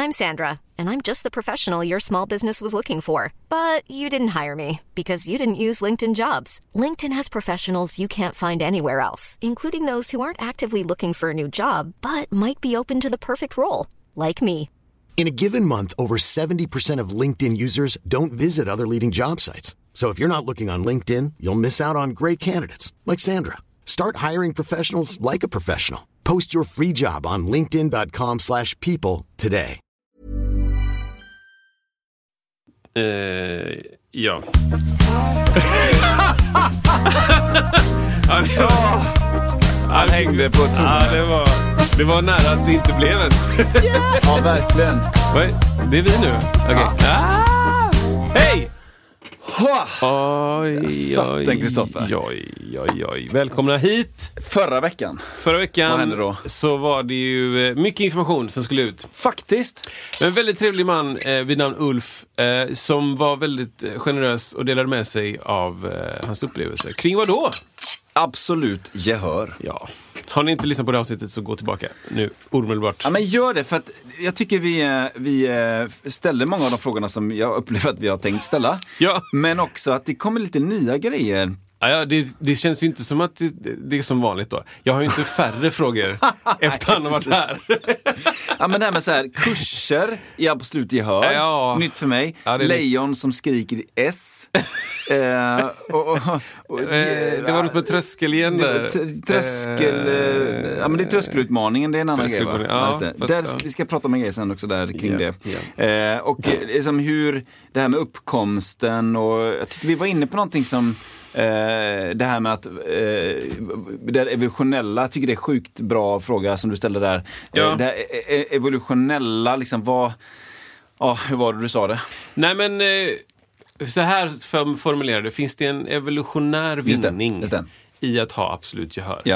I'm Sandra, and I'm just the professional your small business was looking for. But you didn't hire me because you didn't use LinkedIn Jobs. LinkedIn has professionals you can't find anywhere else, including those who aren't actively looking for a new job, but might be open to the perfect role, like me. In a given month, over 70% of LinkedIn users don't visit other leading job sites. So if you're not looking on LinkedIn, you'll miss out on great candidates like Sandra. Start hiring professionals like a professional. Post your free job on linkedin.com/people today. Ja. Han hängde på tonen. Ja, det var nära att det inte blev ens. Ja, verkligen. Det är vi nu. Okej. Hej! Oj, satt den, Kristoffer. Oj. Välkomna hit. Förra veckan. Vad hände då? Så var det ju mycket information som skulle ut. Faktiskt. En väldigt trevlig man vid namn Ulf som var väldigt generös och delade med sig av hans upplevelser. Kring vad då? Absolut gehör. Ja. Har ni inte lyssnat på det avsnittet så gå tillbaka nu omedelbart. Ja, men gör det, för att jag tycker vi ställde många av de frågorna som jag upplever att vi har tänkt ställa. Ja. Men också att det kommer lite nya grejer. Ja, det känns ju inte som att det är som vanligt då. Jag har ju inte färre frågor efter han har varit här. Ja, men det här med så här, kurser i absolut gehör. Ja. Nytt för mig. Ja, Lejon nytt. Som skriker i S. Det var något med tröskel igen där. Ja, men det är tröskelutmaningen, det är en annan grej, va? Ja, Vi ska prata om en grej sen också där kring det. Och liksom hur det här med uppkomsten, och jag tycker vi var inne på någonting som det här med att det evolutionella, jag tycker det är sjukt bra fråga som du ställde där. Ja. Det här evolutionella, liksom hur var det du sa det? Nej, men så här formulerade, finns det en evolutionär vinning just det. I att ha absolut gehör? Ja.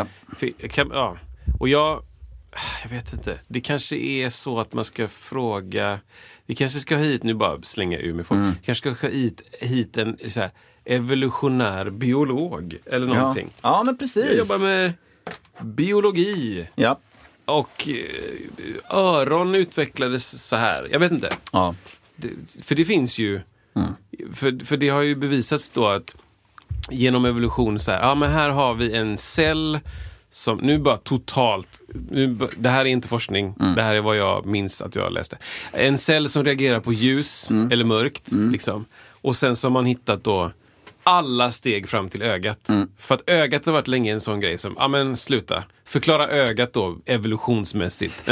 Och jag vet inte. Det kanske är så att man ska fråga, vi kanske ska ha hit, nu bara slänga ur mig folk. Kanske ska ha hit en så här evolutionär biolog eller någonting. Ja, men precis. Jag jobbar med biologi. Ja. Och öron utvecklades så här. Jag vet inte. Ja. För det finns ju för det har ju bevisats då att genom evolution så här, men här har vi en cell som nu bara totalt, det här är inte forskning, det här är vad jag minns att jag läste. En cell som reagerar på ljus eller mörkt liksom. Och sen så har man hittat då alla steg fram till ögat. För att ögat har varit länge en sån grej som, men sluta. Förklara ögat då, evolutionsmässigt.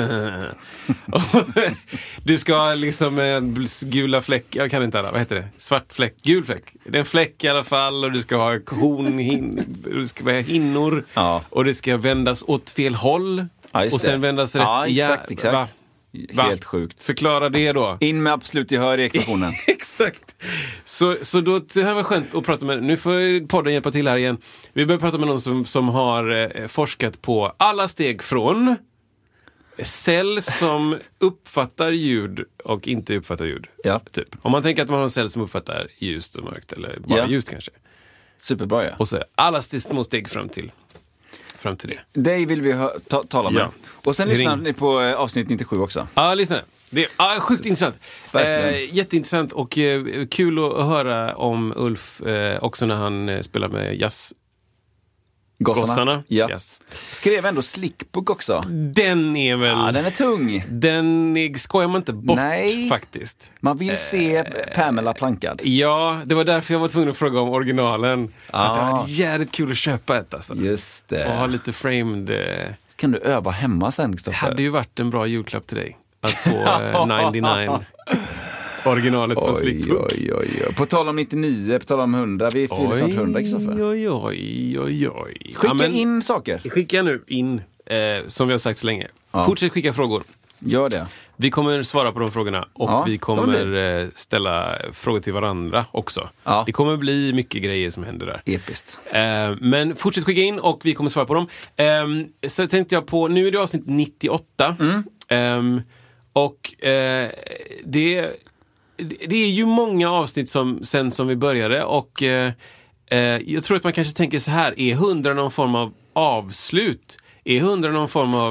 Du ska ha liksom en gula fläck, jag kan inte alla, vad heter det? Svart fläck, gul fläck. Det är en fläck i alla fall, och du ska ha du ska ha hinnor. Ja. Och det ska vändas åt fel håll. Ja, och sen vändas rätt. Ja, exakt. Helt sjukt. Förklara det då. In med absolut gehör i ekvationen. Exakt. Så då, det här var skönt att prata med. Nu får podden hjälpa till här igen. Vi börjar prata med någon som har forskat på alla steg från cell som uppfattar ljud och inte uppfattar ljud. Ja. Typ. Om man tänker att man har en cell som uppfattar ljust och mörkt, eller bara ljust kanske. Superbra, ja. Och så alla små steg fram till det. Dig vill vi tala med. Ja. Och sen lyssnar ni på avsnitt 97 också. Ja, lyssna. Det är sjukt intressant. Jätteintressant och kul att höra om Ulf också när han spelar med Gossarna. Ja. Yes. Skrev ändå Slickbook också. Den är väl... Ja, den är tung. Den skojar man inte bort. Nej. Faktiskt. Man vill se Pamela plankad. Ja, det var därför jag var tvungen att fråga om originalen. Att det var jävligt kul att köpa ett. Alltså. Just det. Och ha lite framed... Kan du öva hemma sen, Kristoffer? Det hade ju varit en bra julklapp till dig. Att få 99... originalet på Slickbook. Oj. På tal om 99, på tal om 100. Vi firar snart 100, Kristoffer. Oj. Skicka in saker. Skicka nu in, som vi har sagt så länge. Fortsätt skicka frågor. Gör det. Vi kommer svara på de frågorna. Och vi kommer ställa frågor till varandra också. Ja. Det kommer bli mycket grejer som händer där. Episkt. Men fortsätt skicka in och vi kommer svara på dem. Så tänkte jag på, nu är det avsnitt 98. Och det är ju många avsnitt sen som vi började. Och jag tror att man kanske tänker så här: är 100 någon form av avslut? Är 100 någon form av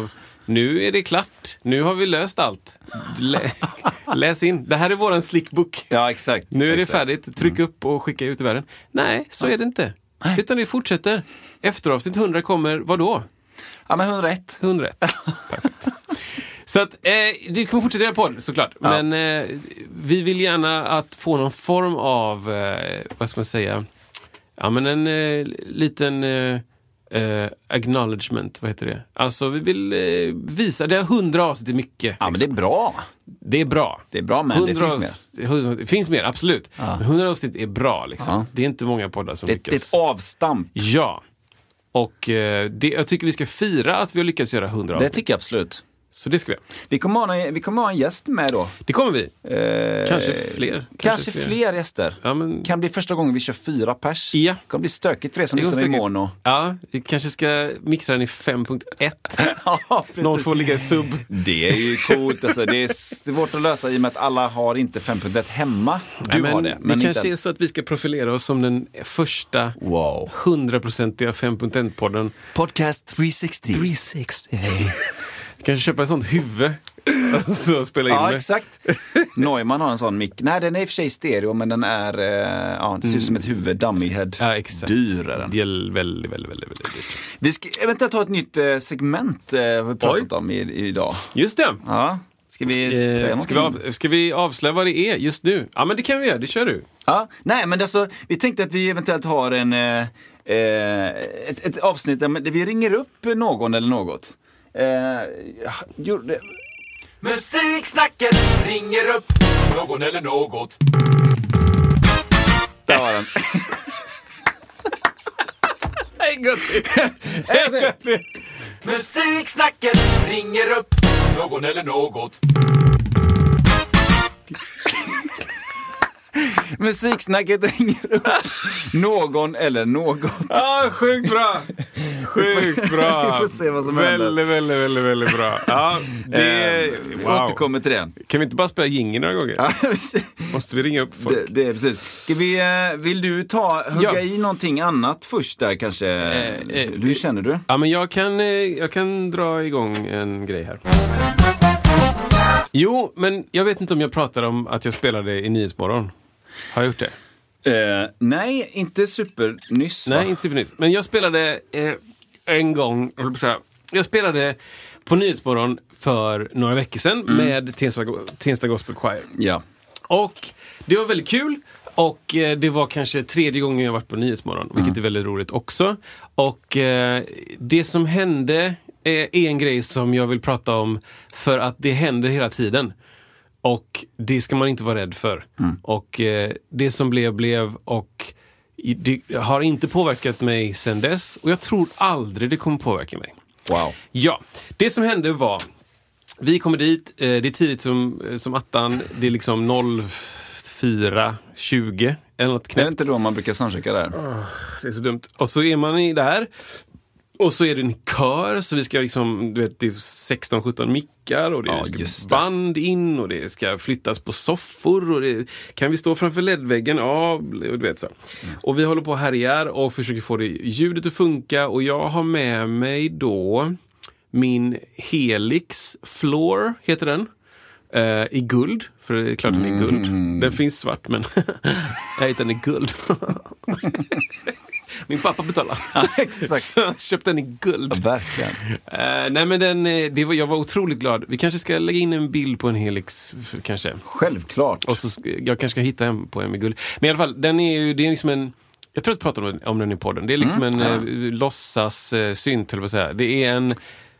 Nu är det klart. Nu har vi löst allt. Läs in. Det här är våran slickbook. Ja, exakt. Nu är det färdigt. Tryck upp och skicka ut i världen. Nej, så är det inte. Utan det fortsätter. Efter avsnitt 100 kommer, vad då? Ja, men 101. 101. Perfekt. Så att det kommer fortsätta på det, såklart. Ja. Men vi vill gärna att få någon form av, vad ska man säga? Ja, men en liten acknowledgement, vad heter det? Alltså vi vill visa, det är 100 avsnitt är mycket. Ja, liksom. Men det är bra. Det är bra. Det är bra, men det finns mer. Det finns mer, absolut. Ja. Men 100 avsnitt är bra, liksom. Ja. Det är inte många poddar som lyckas. Det är ett avstamp. Ja. Och jag tycker vi ska fira att vi har lyckats göra 100 avsnitt. Det tycker jag absolut. Så det ska vi. Vi kommer ha en gäst med då. Det kommer vi. Kanske fler. Kanske fler gäster. Ja, men... Kan bli första gången vi kör 4 pers. Ja. Det kommer bli stökigt för er som lyssnar i mono. Ja, vi kanske ska mixa den i 5.1. Ja, någon får ligga i sub. Det är ju coolt. Alltså, det är svårt att lösa i och med att alla har inte 5.1 hemma. Du har det. Men det kanske är så att vi ska profilera oss som den första 100%iga 5.1-podden. Podcast 360. Kanske köpa ett sånt huvud så spela in ja, med. Exakt. Neumann har en sån mick. Nej, den är i och för sig stereo, men den är det ser ut som ett huvud, dummy head. Ja, exakt. Dyr är den. Det är väldigt dyrt. Vi ska eventuellt ha ett nytt segment har vi pratat om idag. Just det. Ja. Ska vi säga någonting? Ska vi avslöja vad det är just nu? Ja, men det kan vi göra. Det kör du. Ja, nej, men alltså, vi tänkte att vi eventuellt har ett avsnitt där vi ringer upp någon eller något. Musiksnacket ringer upp någon eller något. Där var den. Hej gott. Musiksnacket ringer upp någon eller något. Musiksnacket ringer upp någon eller något. Ja, sjukt bra. Sjukt bra. Vi får se vad som händer. Väldigt bra. Ja, wow. Återkommer till det. Kan vi inte bara spela jingeln några gånger? Ja, måste vi ringa upp folk? Det är precis. Ska vill du hugga i någonting annat först där kanske? Hur känner du? Ja, men jag kan dra igång en grej här. Jo, men jag vet inte om jag pratar om att jag spelade i Nyhetsmorgon. Har jag gjort det? Nej, inte supernyss. Nej, inte supernyss. Men jag spelade en gång, jag spelade på Nyhetsmorgon för några veckor sedan med Tensta Gospel Choir. Ja. Och det var väldigt kul. Och det var kanske 3:e gången jag varit på Nyhetsmorgon, vilket är väldigt roligt också. Och det som hände är en grej som jag vill prata om för att det händer hela tiden. Och det ska man inte vara rädd för. Och det som blev och det har inte påverkat mig sedan dess. Och jag tror aldrig det kommer påverka mig. Wow. Ja, det som hände var, vi kommer dit, det är tidigt som attan, det är liksom 04:20 eller något knäppt. Är det inte då man brukar soundchecka där? Det är så dumt. Och så är man där. Och så är det en kör, så vi ska liksom, du vet, det är 16-17 mickar och det ska band in och det ska flyttas på soffor och det, kan vi stå framför ledväggen? Ja, du vet så. Och vi håller på här och försöker få det ljudet att funka och jag har med mig då min Helix Floor, heter den. I guld, för det är klart den är guld. Den finns svart, men jag hittar den i guld. Min pappa betalar. Ja, exakt. Så jag köpte den i guld. Ja, verkligen. Nej, men jag var otroligt glad. Vi kanske ska lägga in en bild på en Helix, kanske. Självklart. Och så jag kanske ska hitta en på en med guld. Men i alla fall, det är liksom en, jag tror att jag pratar om den i podden. Det är liksom en låtsas synt, eller vad säga. Det är en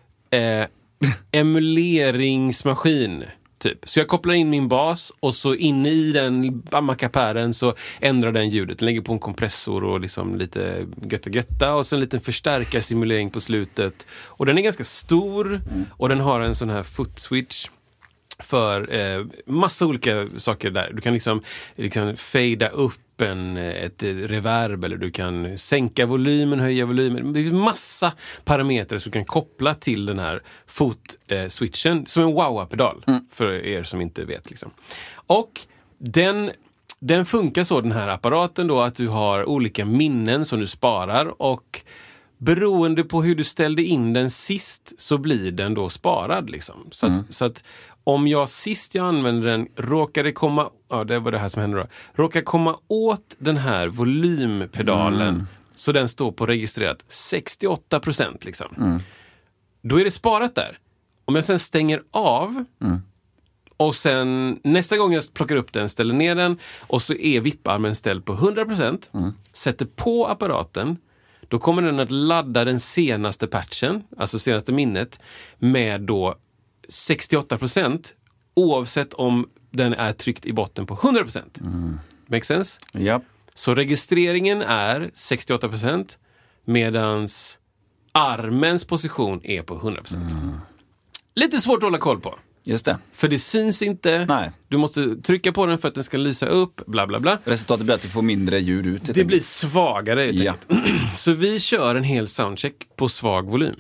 emuleringsmaskin. Typ. Så jag kopplar in min bas och så inne i den mackapären så ändrar den ljudet. Den lägger på en kompressor och liksom lite götta och så en liten förstärkarsimulering på slutet. Och den är ganska stor och den har en sån här foot switch för massa olika saker där. Du kan fada upp ett reverb eller du kan sänka volymen, höja volymen. Det finns massa parametrar som du kan koppla till den här foot-switchen som en wow-pedal för er som inte vet liksom. Och den funkar så, den här apparaten då, att du har olika minnen som du sparar och beroende på hur du ställde in den sist så blir den då sparad liksom. Så att om jag sist jag använde den råkade komma, det var det här som hände då, råkade komma åt den här volympedalen så den står på registrerat 68% liksom. Då är det sparat där. Om jag sen stänger av och sen nästa gång jag plockar upp den, ställer ner den och så är vipparmen ställd på 100%, sätter på apparaten, då kommer den att ladda den senaste patchen, alltså senaste minnet, med då 68% oavsett om den är tryckt i botten på 100%. Make sense? Ja. Så registreringen är 68% medans armens position är på 100%. Lite svårt att hålla koll på. Just det. För det syns inte. Nej. Du måste trycka på den för att den ska lysa upp, bla bla bla. Resultatet blir att du får mindre ljud ut. Det blir svagare. Ja. Så vi kör en hel soundcheck på svag volym.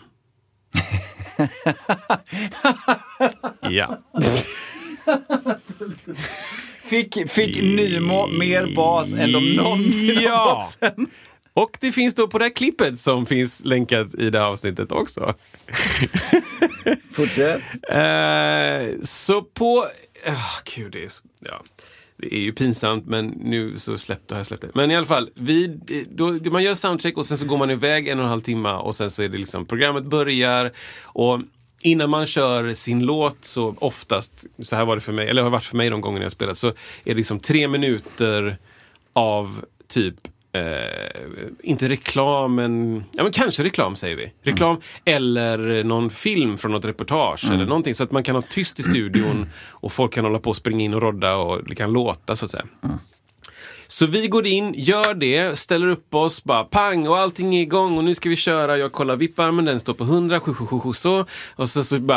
Ja. Fick Nymo mer bas än de någonsin har fått sen. Och det finns då på det här klippet som finns länkat i det här avsnittet också. Fortsätt. Så på... Gud, det är ju pinsamt, men nu så har jag släppt det. Men i alla fall, man gör soundcheck och sen så går man iväg 1,5 timme och sen så är det liksom, programmet börjar och innan man kör sin låt så oftast, så här var det för mig, eller har varit för mig de gångerna jag spelat, så är det liksom 3 minuter av typ inte reklam, men kanske reklam säger vi. Reklam eller någon film från något reportage eller någonting, så att man kan ha tyst i studion och folk kan hålla på och springa in och rodda och det kan låta så att säga. Så vi går in, gör det, ställer upp oss, bara pang och allting är igång och nu ska vi köra. Jag kollar vipparmen, den står på 100, så och så bara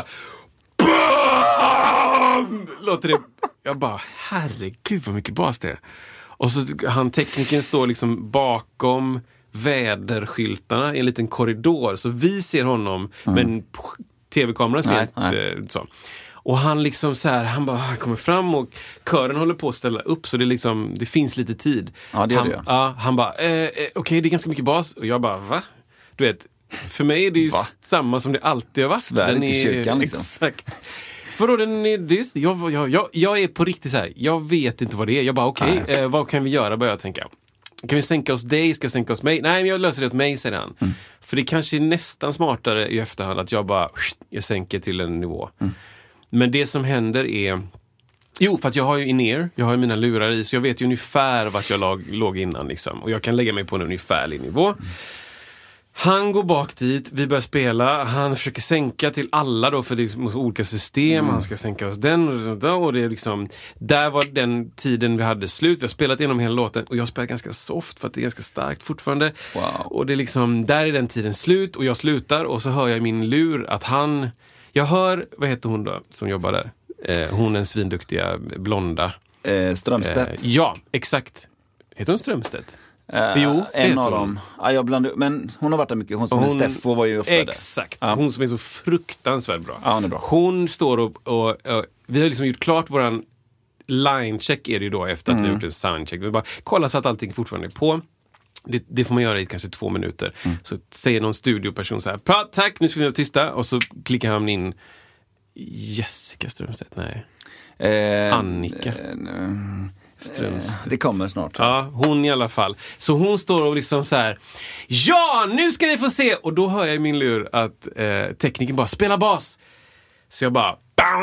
BAM! Låter det. Jag bara, herregud vad mycket bas det är. Och så tekniken står liksom bakom väderskyltarna i en liten korridor. Så vi ser honom, men tv-kameran ser inte så. Och han liksom så här, han kommer fram och kören håller på att ställa upp så det liksom, det finns lite tid. Ja, det gör det. Han bara, okej, det är ganska mycket bas. Och jag bara, va? Du vet, för mig är det ju samma som det alltid har varit. Svär i kyrkan liksom. Exakt. Vadå, jag är på riktigt så här. Jag vet inte vad det är. Jag bara, okej, vad kan vi göra, börjar jag tänka. Kan vi sänka oss dig? Ska sänka oss mig? Nej, men jag löser det åt mig, säger han. För det kanske är nästan smartare i efterhand att jag sänker till en nivå. Men det som händer är... Jo, för att jag har ju in-ear. Jag har ju mina lurar i, så jag vet ju ungefär vart jag låg innan liksom. Och jag kan lägga mig på en ungefärlig nivå. Han går bak dit, vi börjar spela, han försöker sänka till alla då för det är olika system, han ska sänka oss den och det är liksom, där var den tiden vi hade slut, vi har spelat igenom hela låten och jag spelar ganska soft för att det är ganska starkt fortfarande. Wow. Och det är liksom, där är den tiden slut och jag slutar och så hör jag i min lur att jag hör, vad heter hon då som jobbar där? Hon är en svinduktiga blonda. Strömstedt. Ja, exakt. Heter hon Strömstedt? Jo, en av dem. Ja, jag blandar, men hon har varit där mycket. Hon som är Steffo var ju ofta där. Exakt. Ja. Hon som är så fruktansvärt bra. Ja, hon är bra. Hon står och vi har liksom gjort klart våran line-check är det ju då efter att vi har gjort en soundcheck. Vi bara kolla så att allting fortfarande är på. Det får man göra i kanske 2 minuter. Så säger någon studioperson så här, tack, nu ska vi vara tysta. Och så klickar han in Jessica Strömstedt, nej. Annika. Det kommer snart. Ja, hon i alla fall. Så hon står och liksom så här, ja, nu ska ni få se. Och då hör jag i min lur att tekniken bara, spela bas. Så jag bara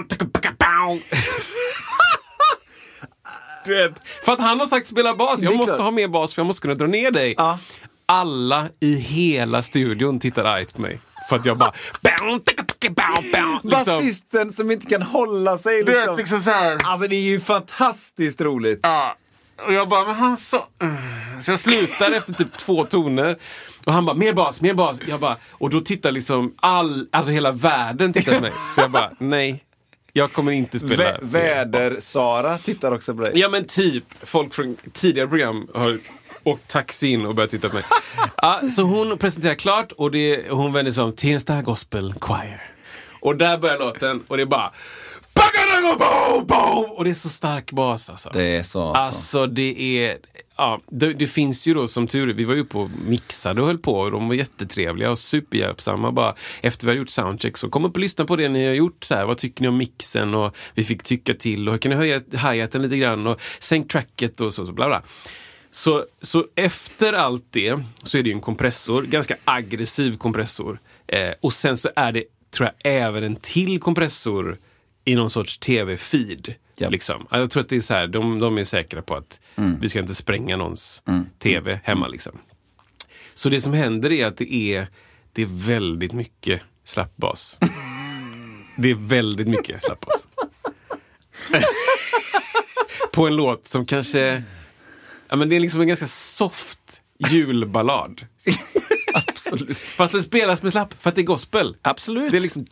du vet, för att han har sagt spela bas. Jag måste ha mer bas för jag måste kunna dra ner dig. Ja. Alla i hela studion tittar argt på mig. För att jag bara liksom. Basisten som inte kan hålla sig liksom. Liksom så här. Alltså det är ju fantastiskt roligt. Ja. Och jag bara, men han så jag slutar efter typ 2 toner. Och han bara, mer bas. Jag bara, och då tittar liksom alltså hela världen tittar på mig. Så jag bara, nej. Jag kommer inte spela Väder-Sara tittar också på dig. Ja, men typ folk från tidigare program har åkt taxi in och börjat titta på mig. Ja, så hon presenterar klart och hon vänder sig om Tensta Gospel Choir. Och där börjar låten och det är bara går boom, boom! Och det är så stark bas alltså. Det är så alltså det är... Ja, det finns ju då som tur. Vi var ju på mixade och höll på och de var jättetrevliga och superhjälpsamma. Bara efter vi har gjort soundcheck så kom upp och lyssna på det ni har gjort. Så här, vad tycker ni om mixen? Och vi fick tycka till och kan ni höja hi-haten lite grann och sänk tracket och så bla bla. Så efter allt det så är det ju en kompressor, ganska aggressiv kompressor. Och sen så är det, tror jag, även en till kompressor i någon sorts tv-feed. Yep. Liksom. Jag tror att det är så här, de är säkra på att vi ska inte spränga någons tv hemma. Liksom. Så det som händer är att det är väldigt mycket slappbas. Det är väldigt mycket slappbas. På en låt som kanske... Ja, men det är liksom en ganska soft julballad. Absolut. Fast det spelas med slapp för att det är gospel. Absolut. Det är liksom...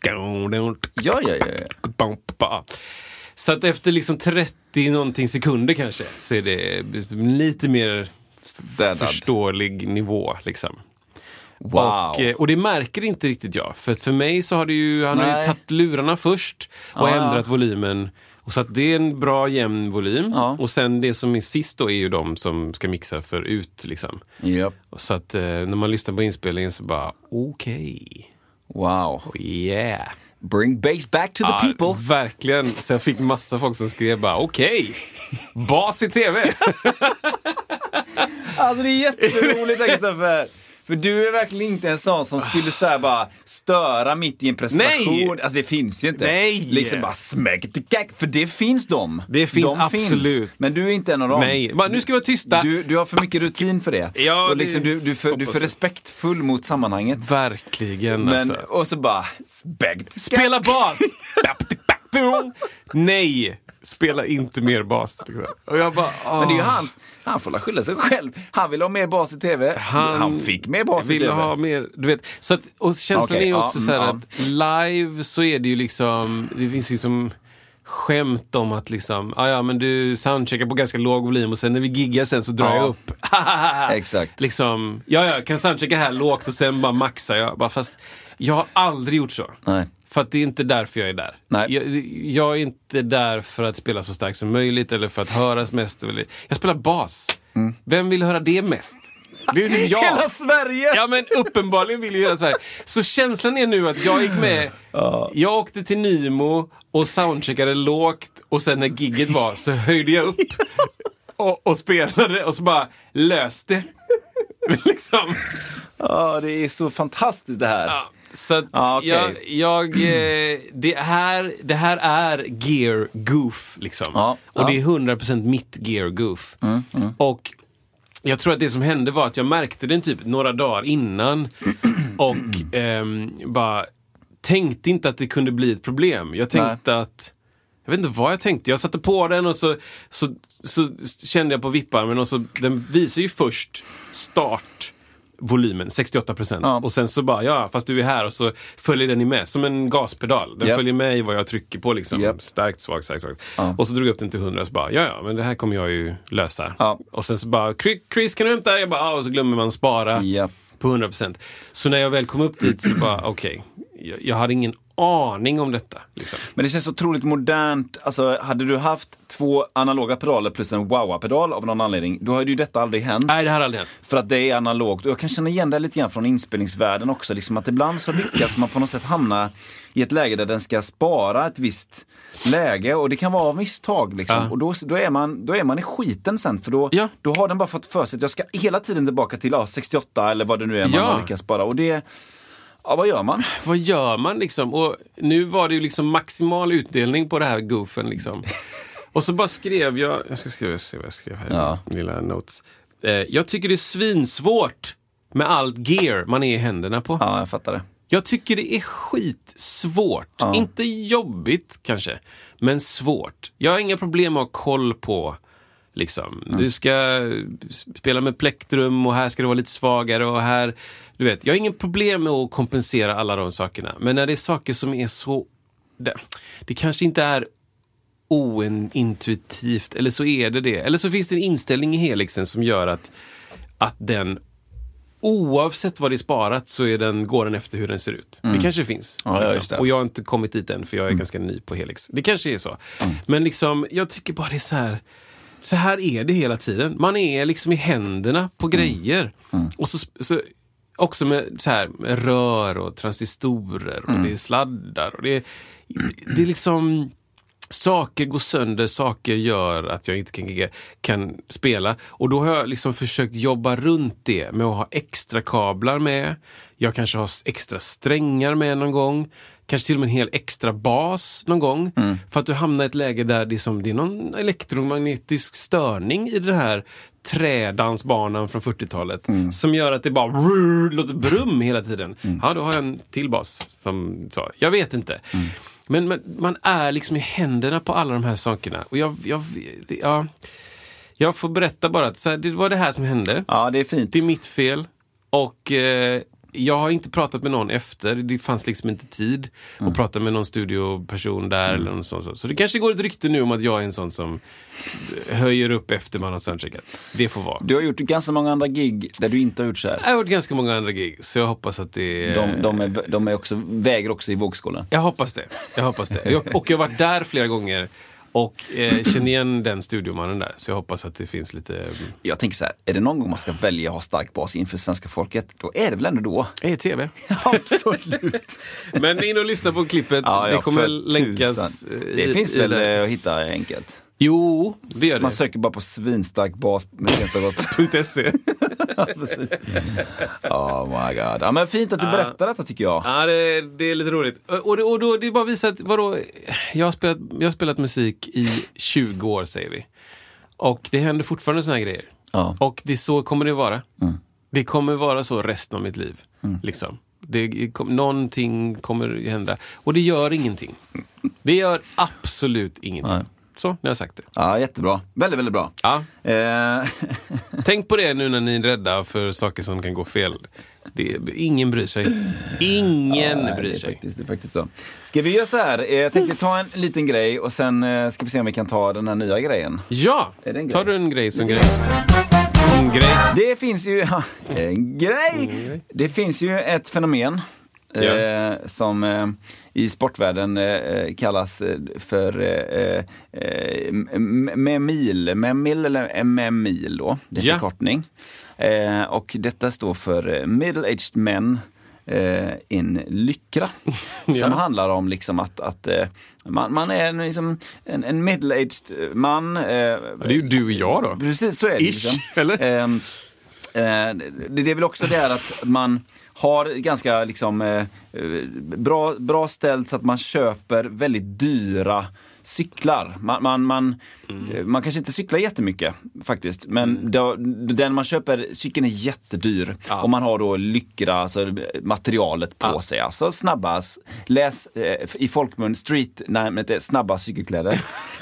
Ja. Så att efter liksom 30 någonting sekunder kanske så är det lite mer förståelig nivå liksom. Wow. Och det märker inte riktigt jag. För mig så har det ju, han har ju tagit lurarna först och ändrat volymen. Och så att det är en bra jämn volym. Ja. Och sen det som är sist då är ju de som ska mixa för ut liksom. Yep. Och så att när man lyssnar på inspelningen så bara okej. Wow. Yeah. Bring bass back to the people. Verkligen. Så jag fick massa folk som skrev bara okej. Bas i tv. Alltså det är jätteroligt Kristoffer. För du är verkligen inte en sån som skulle så här bara störa mitt i en presentation. Nej. Alltså det finns ju inte. Nej. Liksom bara smäck det gack. För det finns de. Det finns de absolut. Finns. Men du är inte en av dem. Nej. Bara, nu ska vi vara tysta. Du har för mycket rutin för det. Ja, och liksom, du är för respektfull mot sammanhanget. Verkligen. Men, alltså. Och så bara spela bas. Nej. Spela inte mer bas. Liksom. Och jag bara, men det är ju han får skylla sig själv. Han vill ha mer bas i tv. Han fick mer bas i tv. Vill ha mer, du vet. Så att, och känslan är ju också så här att live så är det ju liksom, det finns liksom skämt om att liksom, men du soundcheckar på ganska låg volym och sen när vi giggar sen så drar jag upp. Exakt. Liksom, jag kan soundchecka här lågt och sen bara maxar jag. Bara, fast jag har aldrig gjort så. Nej. För att det är inte därför jag är där. Jag är inte där för att spela så starkt som möjligt eller för att höras mest. Jag spelar bas. Vem vill höra det mest? Det är typ jag. Hela Sverige! Ja, men uppenbarligen vill ju hela Sverige. Så känslan är nu att jag gick med. Jag åkte till Nymo och soundcheckade lågt. Och sen när gigget var så höjde jag upp och spelade och så bara löste. Liksom. Ja, det är så fantastiskt det här. Ja. Så att det här är gear goof liksom. Och det är 100% mitt gear goof. Och jag tror att det som hände var att jag märkte den typ några dagar innan och bara tänkte inte att det kunde bli ett problem. Jag tänkte att jag vet inte vad jag tänkte. Jag satte på den och så kände jag på vipparmen och så den visar ju först volymen, 68%. Och sen så bara, fast du är här och så följer den med som en gaspedal. Den följer med i vad jag trycker på liksom. Starkt, svagt. Och så drog jag upp den till 100 och så bara, men det här kommer jag ju lösa. Och sen så bara, Chris kan du hämta? Jag bara, och så glömmer man spara på 100%. Så när jag väl kom upp dit så bara, okej. Jag hade ingen aning om detta. Liksom. Men det känns otroligt modernt. Alltså, hade du haft 2 analoga pedaler plus en wah-wah-pedal av någon anledning, då hade ju detta aldrig hänt. Nej, det har aldrig hänt. För att det är analogt. Och jag kan känna igen det lite grann från inspelningsvärlden också. Liksom att ibland så lyckas man på något sätt hamna i ett läge där den ska spara ett visst läge. Och det kan vara av misstag. Liksom. Och då är man i skiten sen. För då har den bara fått för sig att jag ska hela tiden tillbaka till 68 eller vad det nu är man har lyckats spara. Och det... Ja, vad gör man? Vad gör man liksom? Och nu var det ju liksom maximal utdelning på det här goofen liksom. Och så bara skrev jag ska skriva vad jag skrev här lilla notes. Jag tycker det är svinsvårt med allt gear man är i händerna på. Ja, jag fattar det. Jag tycker det är skitsvårt. Inte jobbigt kanske, men svårt. Jag har inga problem att ha koll på liksom. Du ska spela med plektrum och här ska det vara lite svagare och här, du vet, jag har ingen problem med att kompensera alla de sakerna. Men när det är saker som är så det kanske inte är ointuitivt eller så är det. Eller så finns det en inställning i helixen som gör att den oavsett vad det är sparat så går den efter hur den ser ut. Det kanske finns. Ja, liksom. Och jag har inte kommit dit än för jag är ganska ny på Helix. Det kanske är så. Men liksom, jag tycker bara det är så här är det hela tiden. Man är liksom i händerna på grejer. Och så också med så här med rör och transistorer och det är sladdar och det är liksom saker går sönder, saker gör att jag inte kan spela. Och då har jag liksom försökt jobba runt det med att ha extra kablar med. Jag kanske har extra strängar med någon gång. Kanske till och med en hel extra bas någon gång. För att du hamnar i ett läge där det är någon elektromagnetisk störning i den här trädansbanan från 40-talet. Som gör att det bara låter brum hela tiden. Ja, då har jag en till bas som sa. Jag vet inte. Men man är liksom i händerna på alla de här sakerna. Och jag får berätta bara att så här, det var det här som hände. Ja, det är fint. Det är mitt fel. Och jag har inte pratat med någon efter. Det fanns liksom inte tid att prata med någon studioperson där eller någon sån. Så det kanske går ett rykte nu om att jag är en sån som höjer upp efter man har soundcheckat. Det får vara. Du har gjort ganska många andra gig där du inte har gjort så här. Jag har gjort ganska många andra gig. Så jag hoppas att det... De är också, väger också i vågskålen. Jag hoppas det. Och jag har varit där flera gånger. Och känner igen den studiomannen där. Så jag hoppas att det finns lite... Jag tänker så här, är det någon gång man ska välja att ha stark bas inför svenska folket, då är det väl ändå då? Det är TV. Absolut. Men in och lyssna på klippet. Det kommer länkas... Det finns väl att hitta enkelt. Jo, det gör det. Man söker bara på svinstark bas med .se. Precis. Oh my god. Ja, men fint att du berättar detta tycker jag. Ja, det är lite roligt. Och då det är bara visat vadå, jag har spelat musik i 20 år säger vi. Och det händer fortfarande såna här grejer. Ja. Och så kommer det vara. Det kommer vara så resten av mitt liv. Liksom. Någonting kommer hända. Och det gör ingenting. Det gör absolut ingenting. Nej. Så, nu har jag sagt det. Ja, jättebra. Väldigt, väldigt bra. Ja. Tänk på det nu när ni är rädda för saker som kan gå fel. Ingen bryr sig. Ingen bryr sig. Det är faktiskt så. Ska vi göra så här? Jag tänkte ta en liten grej och sen ska vi se om vi kan ta den här nya grejen. Ja, tar du en grej som grej? En grej. Det finns ju... en grej! Det finns ju ett fenomen som i sportvärlden kallas för memil eller memil då. Det är förkortning. Och detta står för Middle-aged Men in lyckra. Som handlar om liksom att man är liksom en middle-aged man. Det är ju du och jag då. Precis, så är det. Liksom. Eller? Det är väl också det här att man har ganska liksom bra ställt så att man köper väldigt dyra cyklar. Man kanske inte cyklar jättemycket faktiskt, men den man köper, cykeln är jättedyr och man har då lyckra, alltså materialet på sig, alltså snabba, läs i folkmun street namnet är snabba cykelkläder.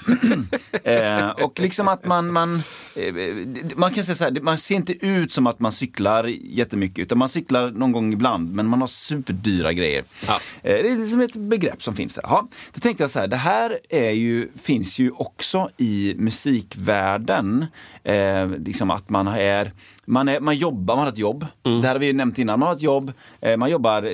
Och liksom att man kan säga så här, man ser inte ut som att man cyklar jättemycket, utan man cyklar någon gång ibland, men man har superdyra grejer. Det är liksom ett begrepp som finns här. Då tänkte jag så här, det här finns ju också i musikvärlden, liksom att man jobbar, man har ett jobb. Det här har vi nämnt innan, man har ett jobb, man jobbar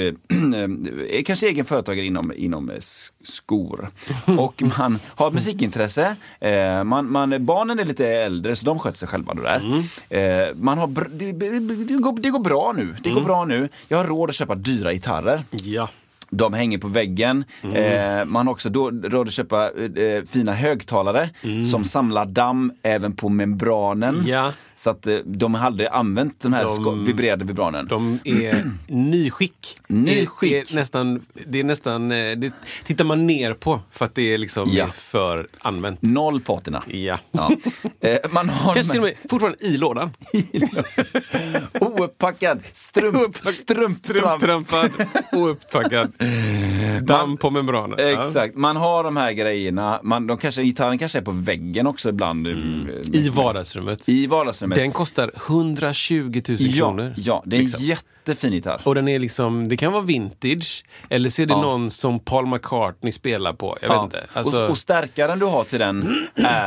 kanske egen företagare inom skor och man har ett musikintresse, barnen är lite äldre så de sköter sig själva där. Man har det går bra nu. Det går bra nu. Jag har råd att köpa dyra gitarrer. Ja. De hänger på väggen. Man har också råd att köpa fina högtalare som samlar damm även på membranen. Ja. Så att de hade använt den här vibrerade vibranen. De är nyskick. Det är nästan det tittar man ner på för att det är liksom är för använt. Noll patina. Ja. Man har kanske till och med fortfarande i lådan. Oupppackad strumptrampad oupppackad damm på membranen. Exakt. Man har de här grejerna. Gitarren kanske är på väggen också ibland. I vardagsrummet. Den kostar 120 000 kronor. Ja, det är en jättefin gitarr. Och den är liksom, det kan vara vintage, eller så är det någon som Paul McCartney spelar på. Jag vet inte. Alltså... Och stärkaren du har till den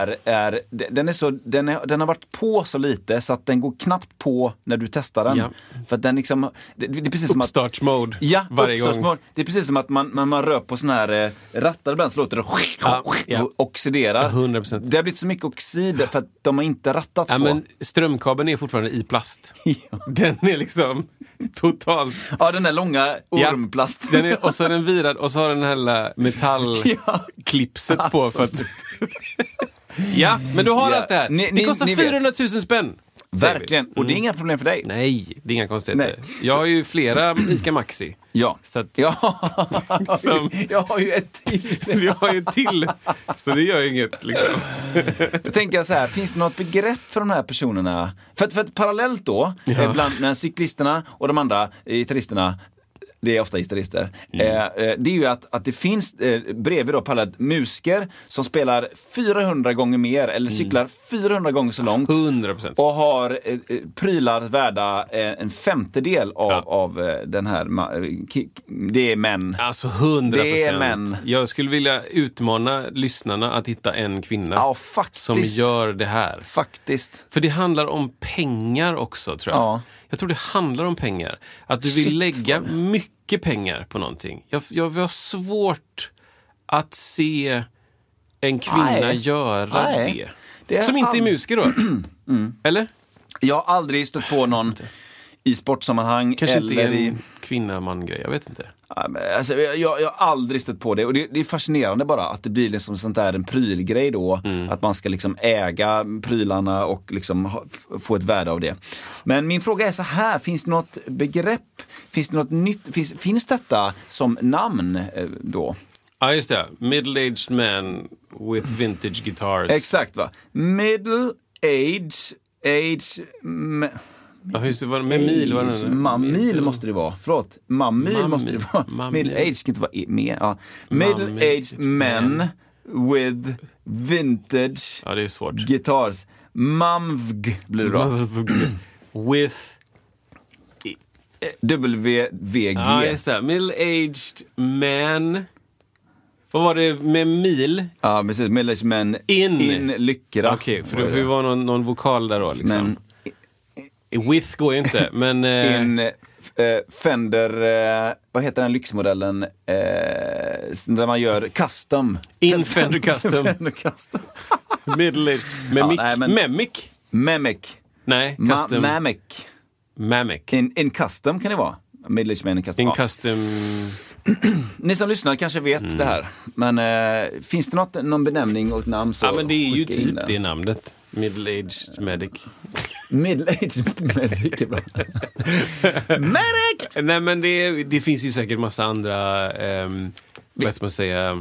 den har varit på så lite så att den går knappt på när du testar den. Ja. För att den liksom, det är precis som att Uppstartsmode varje gång. Det är precis som att man rör på sån här rattar ibland så låter det oxiderar. 100%. Det har blivit så mycket oxid för att de har inte rattats på. Men strömkabeln är fortfarande i plast. Den är liksom totalt... Ja, den där långa ormplast. Den är, och så är den virad och så har den här metallklipset på för att... Ja, men du har allt det här. Det kostar 400 000 spänn. Verkligen, och det är inga problem för dig. Nej, det är inga konstigheter. Jag har ju flera Ica Maxi. Ja. Så att, jag har ju ett till. Jag har ju ett till. Så det gör inget liksom. Då tänker jag så här, finns det något begrepp för de här personerna? För att parallellt då, bland cyklisterna och de andra gitarristerna, det är ofta gitarrister. Det är ju att det finns bredvid då parallellt musiker som spelar 400 gånger mer eller cyklar 400 gånger så långt. 100%. Och har prylar värda en femtedel av den här. Det är män. Alltså 100%. Det är män. Jag skulle vilja utmana lyssnarna att hitta en kvinna som gör det här. Faktiskt. För det handlar om pengar också, tror jag. Ja. Jag tror det handlar om pengar. Att du vill lägga mycket pengar på någonting. Jag har svårt att se en kvinna göra det. Som inte är musiker då. Eller? Jag har aldrig stött på någon i sportsammanhang. Kanske eller inte en i kvinna-man-grej, jag vet inte. Alltså, jag har aldrig stött på det. Och det är fascinerande bara att det blir liksom sånt där en prylgrej då. Att man ska liksom äga prylarna och liksom få ett värde av det. Men min fråga är så här, finns det något begrepp? Finns det något nytt? Finns detta som namn då? Ja, just det. Middle-aged man with vintage guitars. Exakt, va? Middle-aged... Ja, just det, med mil var det. Mil måste det vara. Förlåt. Mil måste det vara. Middle-aged kan inte vara med. Ja. Middle-aged men with vintage det är svårt. guitars. Mamvg blir det då. With WVG. Ja, just det. Middle-aged man. Vad var det med mil? Ja, precis. Middle-aged men in lyckra. Okej, för det får ju vara någon vokal där då liksom. Men with går ju inte, men... in Fender, vad heter den lyxmodellen där man gör custom? In Fender Custom. Fender custom. Middle-aged. Memic. Nej, custom. Mamic. In custom kan det vara. Middle-aged man in custom. In custom... Ni som lyssnar kanske vet det här. Men finns det någon benämning och ett namn så... Ja, men det är ju typ det namnet. Middle-aged medic. Middle-aged medic är bra. Medic! Nej, men det finns ju säkert massa andra vad ska man säga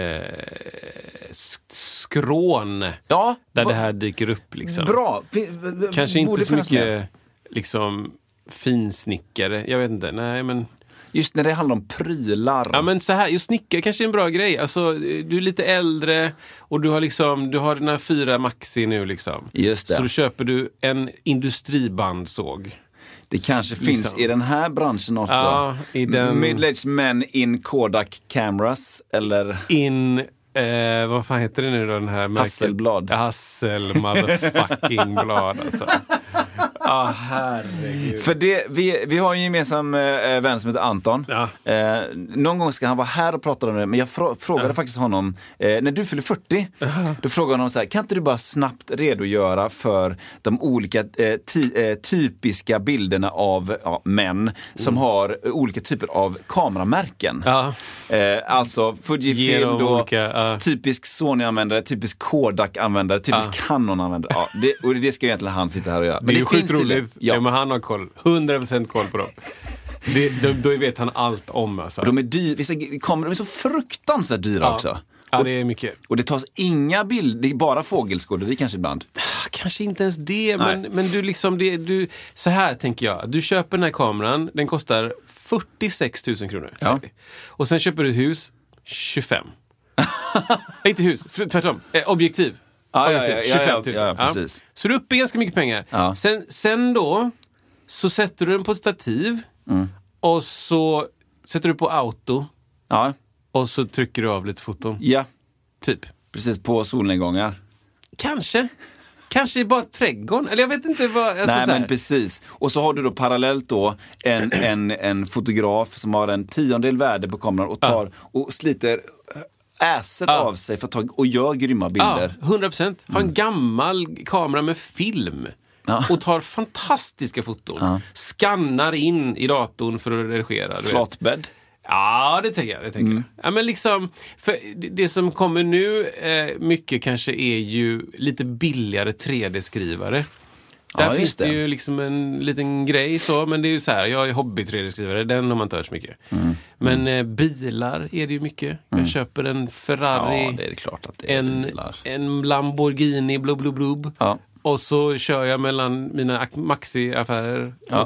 skrån där det här dyker upp liksom. Bra. Kanske inte så mycket liksom finsnickare. Jag vet inte. Nej, men just när det handlar om prylar. Ja, men så här, just snickare kanske är en bra grej. Alltså, du är lite äldre och du har den här 4 Maxi nu liksom. Just det. Så då köper du en industribandsåg. Det kanske finns i den här branschen också. Ja, i den... Middle-aged men in Kodak cameras eller vad fan heter det nu då, den här märket? Hasselblad. Motherfucking blad alltså. Herregud. För vi har en gemensam vän som heter Anton. Ja. Någon gång ska han vara här och prata om det. Men jag frågade faktiskt honom när du fyller 40, då frågade honom så här: kan inte du bara snabbt redogöra för de olika typiska bilderna av män som har olika typer av kameramärken. Alltså Fujifilm då, typisk Sony-användare, typisk Kodak-användare, typisk Canon-användare. Och det ska ju egentligen han sitta här och göra. Men det är sjukt roligt. Ja, men han har koll. 100% koll på dem. Då vet han allt om. Alltså. De är dyra. Vissa kameror är så fruktansvärt dyra också. Ja, det är mycket. Och det tas inga bilder, det är bara fågelskåderi kanske ibland. Kanske inte ens det, men du liksom, så här tänker jag. Du köper den här kameran, den kostar 46 000 kronor. Ja. Och sen köper du hus, 25. Inte hus, tvärtom. Objektiv. 25 000. Ja, precis. Så du är uppe ganska mycket pengar. Ja. Sen då så sätter du den på ett stativ Och så sätter du på auto. Ja. Och så trycker du av lite foton. Ja. Typ. Precis på solnedgångar. Kanske bara trädgården. Eller jag vet inte vad... Alltså, nej, men precis. Och så har du då parallellt då en fotograf som har en 10-del värde på kameran och tar och sliter äset av sig för att ta och gör grymma bilder. Ja, 100%. Har en gammal kamera med film. Och tar fantastiska foton. Skannar in i datorn för att redigera. Flatbädd. Ja, det tänker jag. Ja, men liksom, för det som kommer nu mycket kanske är ju lite billigare 3D-skrivare. Där finns det ju liksom en liten grej så, men det är ju så här, jag är hobby 3D-skrivare, den har man inte hört så mycket. Men bilar är det ju mycket. Jag köper en Ferrari. Ja, det är klart att det är bilar. En Lamborghini blub. Ja. Och så kör jag mellan mina Maxi-affärer. Ja.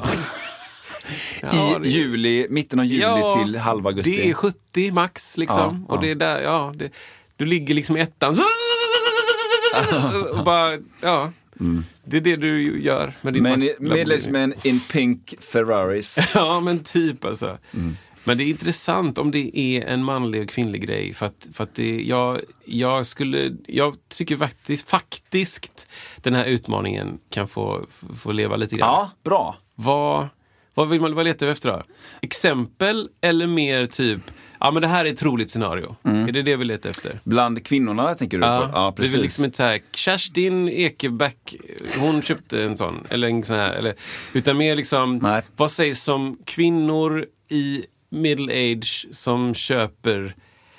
I juli, mitten av juli till halva augusti. Det är 70 max liksom. Och det är där, du ligger liksom i ettan. Och bara, det är det du gör med din Medlemsmän in pink Ferraris. Ja, men typ alltså. Men det är intressant om det är en manlig och kvinnlig grej. För att det, jag tycker faktiskt den här utmaningen kan få leva lite grann. Ja, bra. Vad vill man leta efter då? Exempel eller mer typ, ja men det här är ett troligt scenario. Är det det vi letar efter? Bland kvinnorna tänker du på? Ja, precis. Det är väl liksom inte så här, Kerstin Ekeback, hon köpte en sån, eller en sån här, eller, utan mer liksom, vad sägs som kvinnor i middle age som köper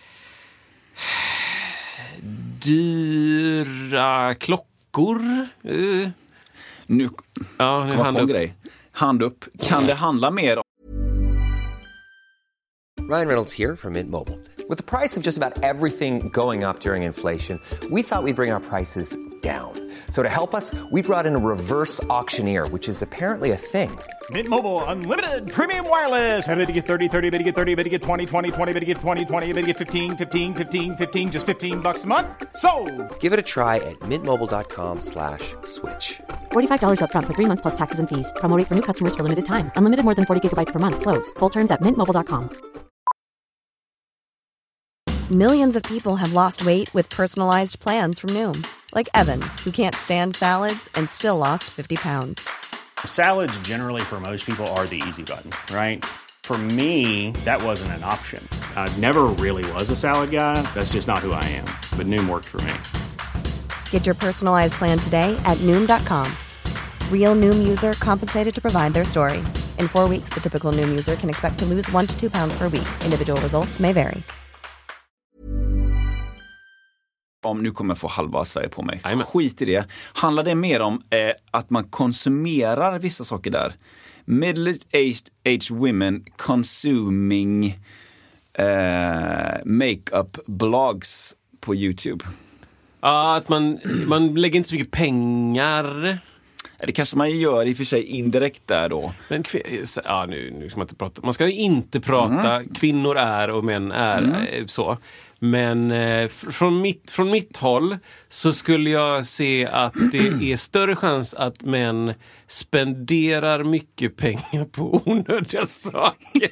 dyra klockor? Nu kommer på en grej. Hand upp. Kan det handla mer om... Ryan Reynolds here from Mint Mobile. With the price of just about everything going up during inflation, we thought we'd bring our prices down. So to help us, we brought in a reverse auctioneer, which is apparently a thing. Mint Mobile Unlimited Premium Wireless. How to get 30, 30, how to get 30, how to get 20, 20, 20, how to get 20, 20, how to get 15, 15, 15, 15, just $15 a month? Sold! Give it a try at mintmobile.com/switch. $45 up front for 3 months plus taxes and fees. Promo rate for new customers for limited time. Unlimited more than 40 gigabytes per month. Slows full terms at mintmobile.com. Millions of people have lost weight with personalized plans from Noom. Like Evan, who can't stand salads and still lost 50 pounds. Salads generally for most people are the easy button, right? For me, that wasn't an option. I never really was a salad guy. That's just not who I am. But Noom worked for me. Get your personalized plan today at Noom.com. Real Noom user compensated to provide their story. In 4 weeks, the typical Noom user can expect to lose 1 to 2 pounds per week. Individual results may vary. Om nu kommer jag få halva Sverige på mig. Skit i det. Handlar det mer om att man konsumerar vissa saker där? Middle-aged women consuming makeup blogs på YouTube. Ja, att man lägger inte så mycket pengar. Det kanske man gör i och för sig indirekt där då. Men nu ska man inte prata. Man ska ju inte prata kvinnor är och män är så. Men från mitt håll så skulle jag se att det är större chans att män spenderar mycket pengar på onödiga saker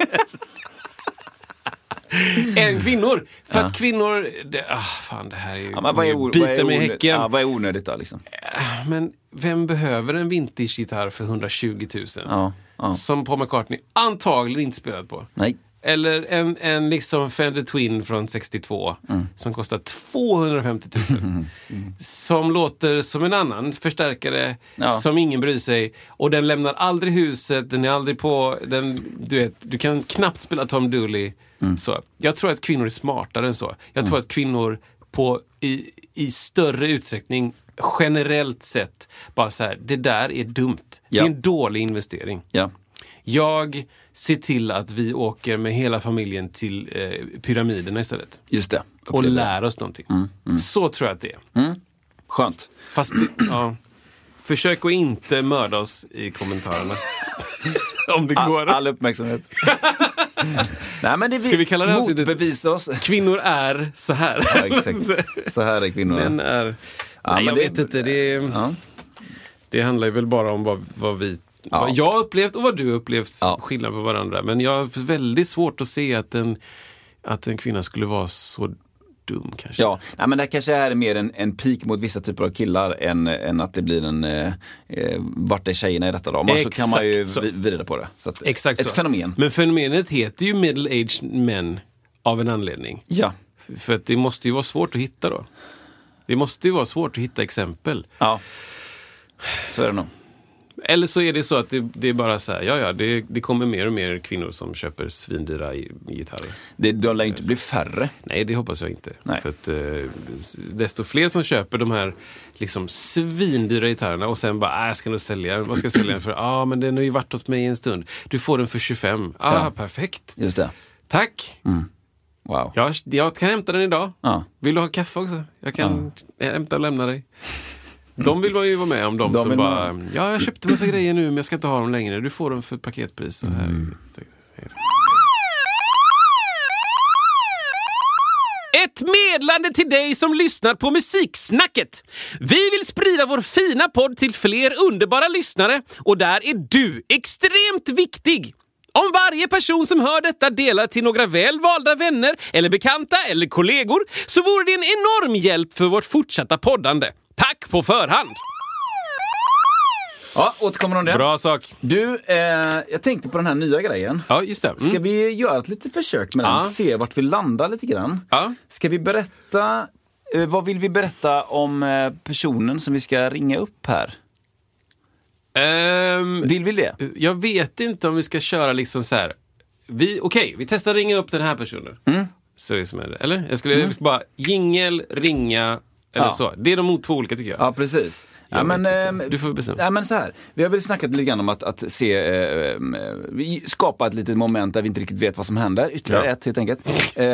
än kvinnor. För att kvinnor... det här är ju... bita med häcken. Vad är onödigt då liksom? Men vem behöver en vintage-gitarr för 120 000? Som Paul McCartney antagligen inte spelat på. Nej. Eller en liksom Fender Twin från 62 som kostar 250 000. Som låter som en annan förstärkare som ingen bryr sig. Och den lämnar aldrig huset, den är aldrig på... du kan knappt spela Tom Dooley. Så. Jag tror att kvinnor är smartare än så. Jag tror att kvinnor i större utsträckning generellt sett bara så här, det där är dumt. Det är en dålig investering. Ja. Jag ser till att vi åker med hela familjen till pyramiderna istället. Just det. Och lär oss någonting. Så tror jag att det är. Skönt. Fast, försök att inte mörda oss i kommentarerna. Om det går. All uppmärksamhet. Nej, men det ska vi kalla det motbevisa oss. Kvinnor är så här. Ja, exakt. Så här är kvinnor. Den är... Nej, jag vet inte. Det handlar ju väl bara om vad vi vad jag upplevt och vad du upplevt skillnad på varandra. Men jag har väldigt svårt att se att en kvinna skulle vara så dum kanske. Ja, nej, men det kanske är mer en pik mot vissa typer av killar än att det blir vart är tjejerna i detta då. Men så kan man ju vrida på det. Så att, exakt ett så. fenomen. Men fenomenet heter ju middle-aged men av en anledning. Ja. För att det måste ju vara svårt att hitta då. Det måste ju vara svårt att hitta exempel. Ja, så är det nog. Eller så är det så att det är bara så här, det kommer mer och mer kvinnor som köper svindyra gitarrer. De lär inte bli färre. Nej, det hoppas jag inte. Nej. För att desto fler som köper de här liksom svindyra gitarrerna och sen bara, jag ska nog sälja den. Vad ska jag sälja den för? Men den har ju varit hos mig en stund. Du får den för 25. Perfekt. Just det. Tack. Wow. Jag kan hämta den idag. Vill du ha kaffe också? Jag kan hämta och lämna dig. De vill ju vara med om de som bara, jag köpte massa grejer nu men jag ska inte ha dem längre. Du får dem för paketpris. Ett meddelande till dig som lyssnar på Musiksnacket. Vi vill sprida vår fina podd till fler underbara lyssnare och där är du extremt viktig. Om varje person som hör detta delar till några väl valda vänner eller bekanta eller kollegor så vore det en enorm hjälp för vårt fortsatta poddande. Tack på förhand! Ja, återkommer om det. Bra sak. Du, jag tänkte på den här nya grejen. Ja, just det. Ska vi göra ett litet försök med den? Se vart vi landar lite grann. Ska vi berätta, vad vill vi berätta om personen som vi ska ringa upp här? Vill vi det? Jag vet inte om vi ska köra liksom så här. Vi testar ringa upp den här personen. Så är det som är det. Eller? Jag skulle bara ringa eller så. Det är de två olika tycker jag. Ja, precis. Du får bestämma. Ja, men så här. Vi har väl snackat lite grann om att skapa ett litet moment där vi inte riktigt vet vad som händer. Ytterligare ett helt enkelt.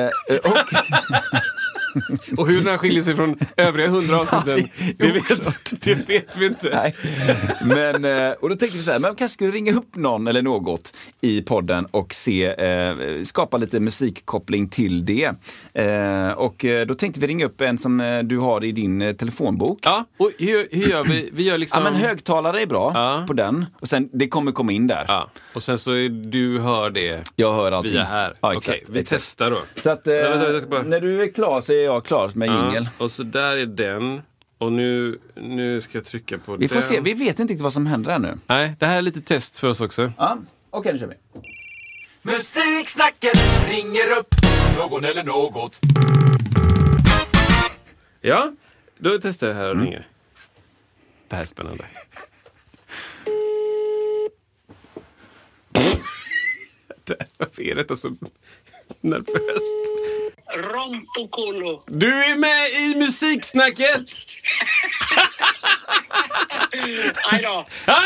Och hur den här skiljer sig från övriga 100 avsnitten, det vet vi inte. Nej. Men, och då tänkte vi så här, men kanske skulle ringa upp någon eller något i podden och skapa lite musikkoppling till det. Och då tänkte vi ringa upp en som du har i din telefonbok. Ja, och hur gör vi? Vi gör liksom... Ja, men högtalare är bra på den. Och sen, det kommer komma in där. Ja. Och sen så du hör det. Jag hör allting. Via här. Ja, Okej, vi testar då. Så att, när du är klar så är jag klar med jingle. Och så där är den. Och nu ska jag trycka på den. Vi får se, vi vet inte riktigt vad som händer här nu. Nej, det här är lite test för oss också. Ja, okej, nu kör vi. Musiksnacket ringer upp någon eller något. Ja, då testar jag här och ringer. Det här är spännande. Varför är detta så nervöst? Rompokolo. Du är med i Musiksnacket! Aj då.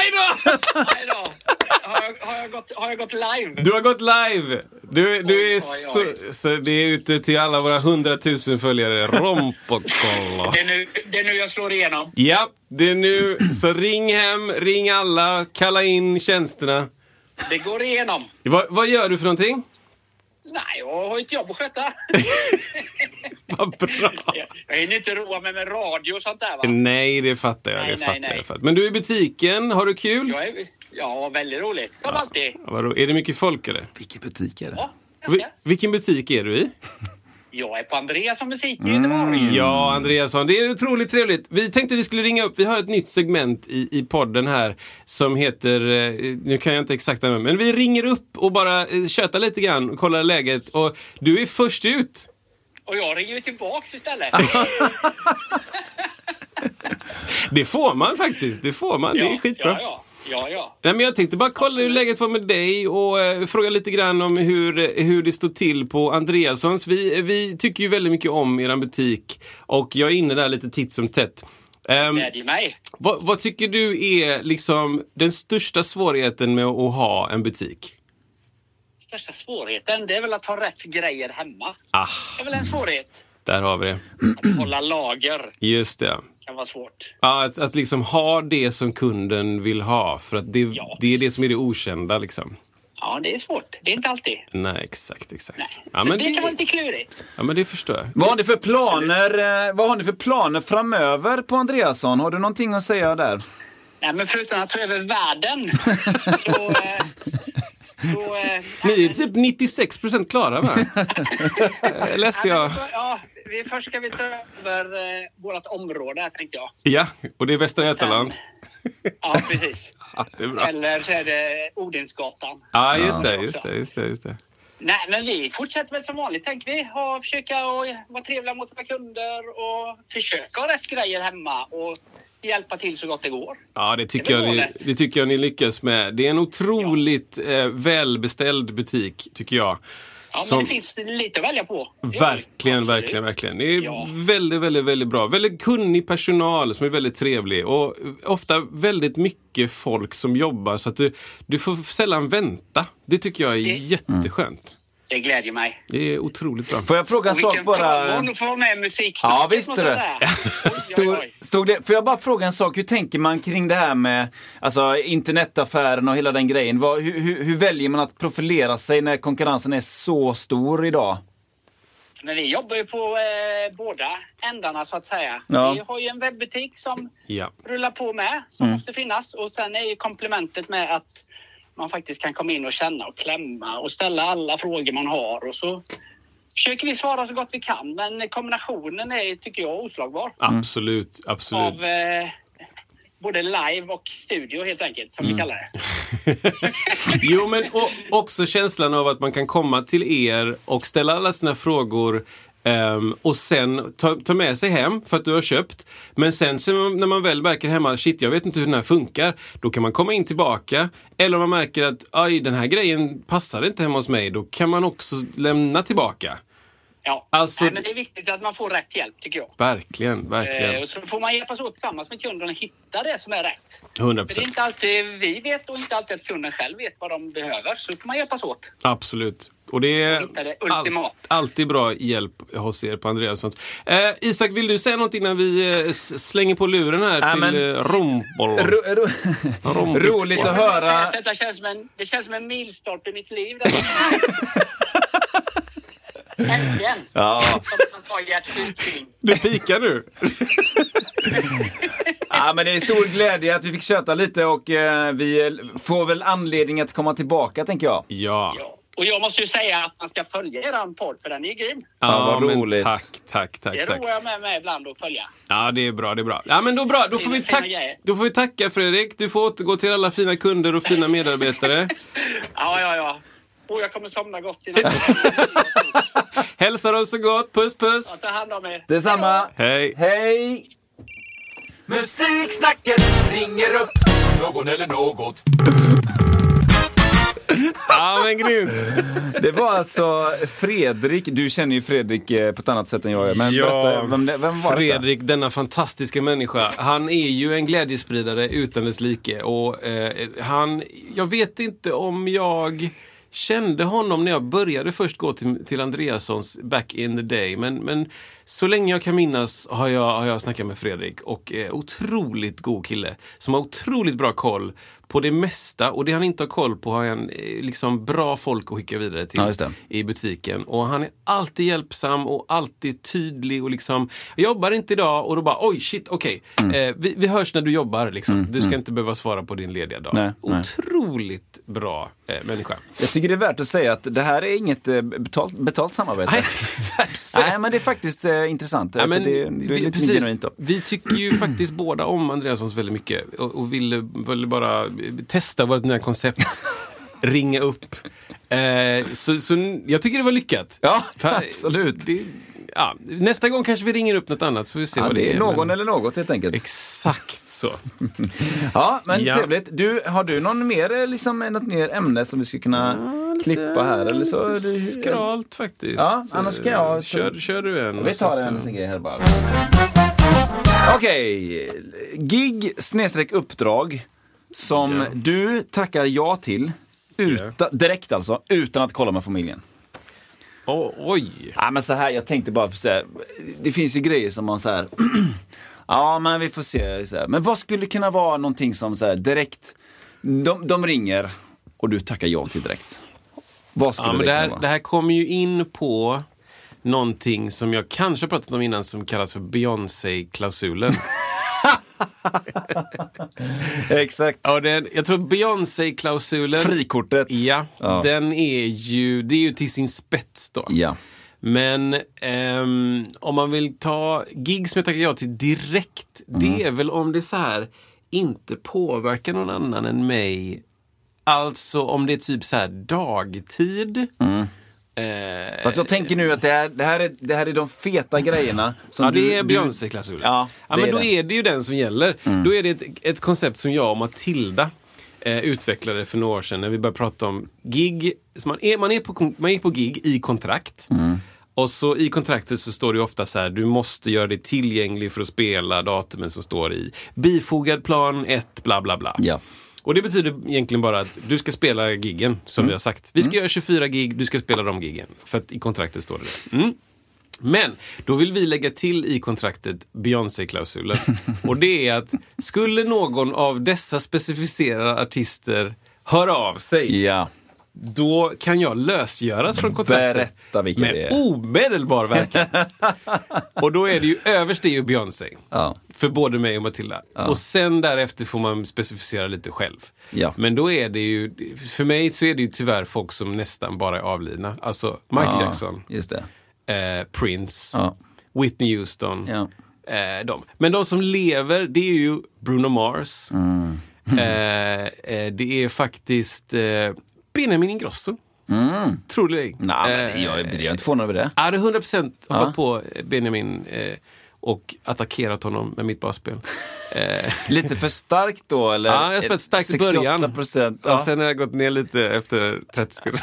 Har jag gått live? Du har gått live. Du är så det är ute till alla våra 100 000 följare. Rompokolo. Det är nu jag slår igenom. Ja, det är nu. Så ring hem, ring alla, kalla in tjänsterna. Det går igenom. Vad gör du för någonting? Nej, jag har ett jobb att sköta. Vad bra. Jag hinner inte roa mig med radio och sånt där, va? Nej, det fattar jag. Nej. Men du är i butiken, har du kul? Ja, väldigt roligt. Som alltid. Är det mycket folk eller? Vilken butik är det? Ja, vilken butik är du i? Jag är på Andreasson musik i Göteborg. Ja, Andreasson. Det är otroligt trevligt. Vi tänkte vi skulle ringa upp. Vi har ett nytt segment i podden här som heter, nu kan jag inte exakt men vi ringer upp och bara köta lite grann och kollar läget. Och du är först ut. Och jag ringer tillbaks istället. Det får man faktiskt. Det får man. Det är skitbra. Ja. Nej, men jag tänkte bara kolla hur läget var med dig och fråga lite grann om hur det står till på Andreassons. Vi tycker ju väldigt mycket om er butik och jag är inne där lite titt som tätt. Glädjer mig. Vad tycker du är liksom den största svårigheten med att ha en butik? Största svårigheten, det är väl att ha rätt grejer hemma. Det är väl en svårighet. Där har vi det. Att hålla lager. Just det. Kan vara svårt. Ja, att liksom ha det som kunden vill ha. För att det är det som är det okända liksom. Ja, det är svårt. Det är inte alltid. Nej, exakt. Nej. Ja, så men det kan vara lite klurigt. Ja, men det förstår jag. Vad har ni för planer framöver på Andreasson? Har du någonting att säga där? Nej, men förutom att ta över världen så ni är typ 96% klara, va? Läste jag. Ja, först ska vi ta över vårt område här, tänkte jag. Ja, och det är Västra Götaland. Ja, precis. Ja, det är bra. Eller så är det Odinsgatan. Ja, just det. Nej, men vi fortsätter väl som vanligt, tänker vi. Försöka och vara trevliga mot våra kunder och försöka ha rätt grejer hemma och hjälpa till så gott det går. Ja, det tycker jag ni lyckas med. Det är en otroligt välbeställd butik, tycker jag. Ja, men det finns lite att välja på. Verkligen. Det är väldigt, väldigt, väldigt bra. Väldigt kunnig personal som är väldigt trevlig. Och ofta väldigt mycket folk som jobbar så att du får sällan vänta. Det tycker jag är jätteskönt. Det glädjer mig. Det är otroligt bra. Får jag fråga en sak bara? Nu får med musik. Ja, visst är det. Får jag bara fråga en sak? Hur tänker man kring det här med internetaffären och hela den grejen? Hur väljer man att profilera sig när konkurrensen är så stor idag? Men vi jobbar ju på båda ändarna, så att säga. Ja. Vi har ju en webbutik som rullar på med, som måste finnas. Och sen är ju komplementet med att man faktiskt kan komma in och känna och klämma och ställa alla frågor man har. Och så försöker vi svara så gott vi kan. Men kombinationen är, tycker jag, oslagbar. Absolut. Av både live och studio, helt enkelt, som vi kallar det. Jo, men också känslan av att man kan komma till er och ställa alla sina frågor och sen ta med sig hem för att du har köpt. Men sen när man väl märker hemma, shit, jag vet inte hur den här funkar, då kan man komma in tillbaka. Eller om man märker att den här grejen passar inte hemma hos mig, då kan man också lämna tillbaka. Ja, alltså, men det är viktigt att man får rätt hjälp, tycker jag. Verkligen. Och så får man hjälpas åt tillsammans med kunden och hitta det som är rätt. 100%. För det är inte alltid vi vet och inte alltid att kunden själv vet vad de behöver. Så får man hjälpas åt. Absolut. Och det är alltid bra hjälp hos er på Andreassons. Isak, vill du säga någonting när vi slänger på luren här till Rompol? Roligt att höra. Det känns som en milstolpe i mitt liv. Äntligen. Ja. Du pikar nu. Ja, men det är stor glädje att vi fick köta lite och vi får väl anledning att komma tillbaka, tänker jag. Ja. Och jag måste ju säga att man ska följa eran podd, för den är grym. Ja, vad roligt. Tack. Det roar jag med mig ibland att följa. Ja, det är bra. Ja, men då bra. Då får vi tacka, Fredrik. Du får återgå till alla fina kunder och fina medarbetare. Ja. Och jag kommer somna gott till det. Hälsa dem så gott. Puss. Ja, ta hand om er. Detsamma. Hej. Musiksnacket ringer upp någon eller något. Ja, men grymt. Det var alltså Fredrik. Du känner ju Fredrik på ett annat sätt än jag. Men berätta, vem var Fredrik, denna fantastiska människa. Han är ju en glädjespridare utan dess like. Och jag vet inte om jag kände honom när jag började först gå till Andreassons back in the day. Men så länge jag kan minnas har jag snackat med Fredrik. Och otroligt god kille som har otroligt bra koll på det mesta. Och det han inte har koll på har han liksom bra folk att skicka vidare till i butiken. Och han är alltid hjälpsam och alltid tydlig. Och liksom, jag jobbar inte idag och då bara, oj shit, okej. Vi hörs när du jobbar. Liksom. Du ska inte behöva svara på din lediga dag. Nej. Otroligt bra människa. Jag tycker det är värt att säga att det här är inget betalt samarbete. Nej, Nej, men det är faktiskt intressant. Ja, men, för det är lite genuint då. Vi tycker ju faktiskt båda om Andreassons väldigt mycket. Och ville bara testa vårt nya koncept. Ringa upp. Så jag tycker det var lyckat. Ja, absolut. Nästa gång kanske vi ringer upp något annat så får vi se vad det är. Någon eller något helt enkelt. Exakt så. Ja, men trevligt. Har du något mer ämne som vi ska kunna klippa här? Eller så är det skralt faktiskt. Ja, annars ska jag... Kör du en. Vi tar en grej här bara. Okej. Gig/uppdrag som du tackar ja till direkt alltså, utan att kolla med familjen. Oj. Ja, men så här, jag tänkte bara så här, det finns ju grejer som man så här ja, men vi får se så här. Men vad skulle kunna vara någonting som så här direkt de ringer och du tackar ja till direkt? Vad skulle det vara? Det här kommer ju in på någonting som jag kanske pratat om innan som kallas för Beyoncé-klausulen. Exakt. Ja, jag tror Beyoncé-klausulen... Frikortet. Ja, den är ju... Det är ju till sin spets då. Ja. Men om man vill ta gig som jag tackar ja till direkt, det är väl om det så här inte påverkar någon annan än mig. Alltså om det är typ så här dagtid. Fast jag tänker nu att det här är de feta grejerna som det är Beyoncé-klausulen. Ja, men då är det ju den som gäller. Då är det ett koncept som jag och Matilda utvecklade för några år sedan när vi började prata om gig. Så man är på gig i kontrakt. Och så i kontraktet så står det ofta så här: du måste göra det tillgänglig för att spela datumen som står i bifogad plan 1 bla bla bla. Ja. Och det betyder egentligen bara att du ska spela giggen som vi har sagt. Vi ska göra 24 gig, du ska spela de giggen. För att i kontraktet står det där. Men då vill vi lägga till i kontraktet Beyoncé-klausulen. Och det är att skulle någon av dessa specificerade artister höra av sig, då kan jag lösgöras från kontraktet. Berätta vilka med det är. Omedelbar verkan. Och då är det ju överst, det är ju Beyoncé. Ja. För både mig och Matilda. Ja. Och sen därefter får man specificera lite själv. Ja. Men då är det ju, för mig så är det ju tyvärr folk som nästan bara är avlidna. Alltså Michael Jackson. Just det. Prince. Whitney Houston. De. Men de som lever, det är ju Bruno Mars. Det är faktiskt Benjamin Ingrosso. Tror du det? Nej, jag är inte förvånad över det. Jag hade 100% hoppat på Benjamin och attackerat honom med mitt basspel. Lite för starkt då, eller? Ja, jag spelade starkt i början. 68%. Ja. Sen har jag gått ner lite efter 30 sekunder.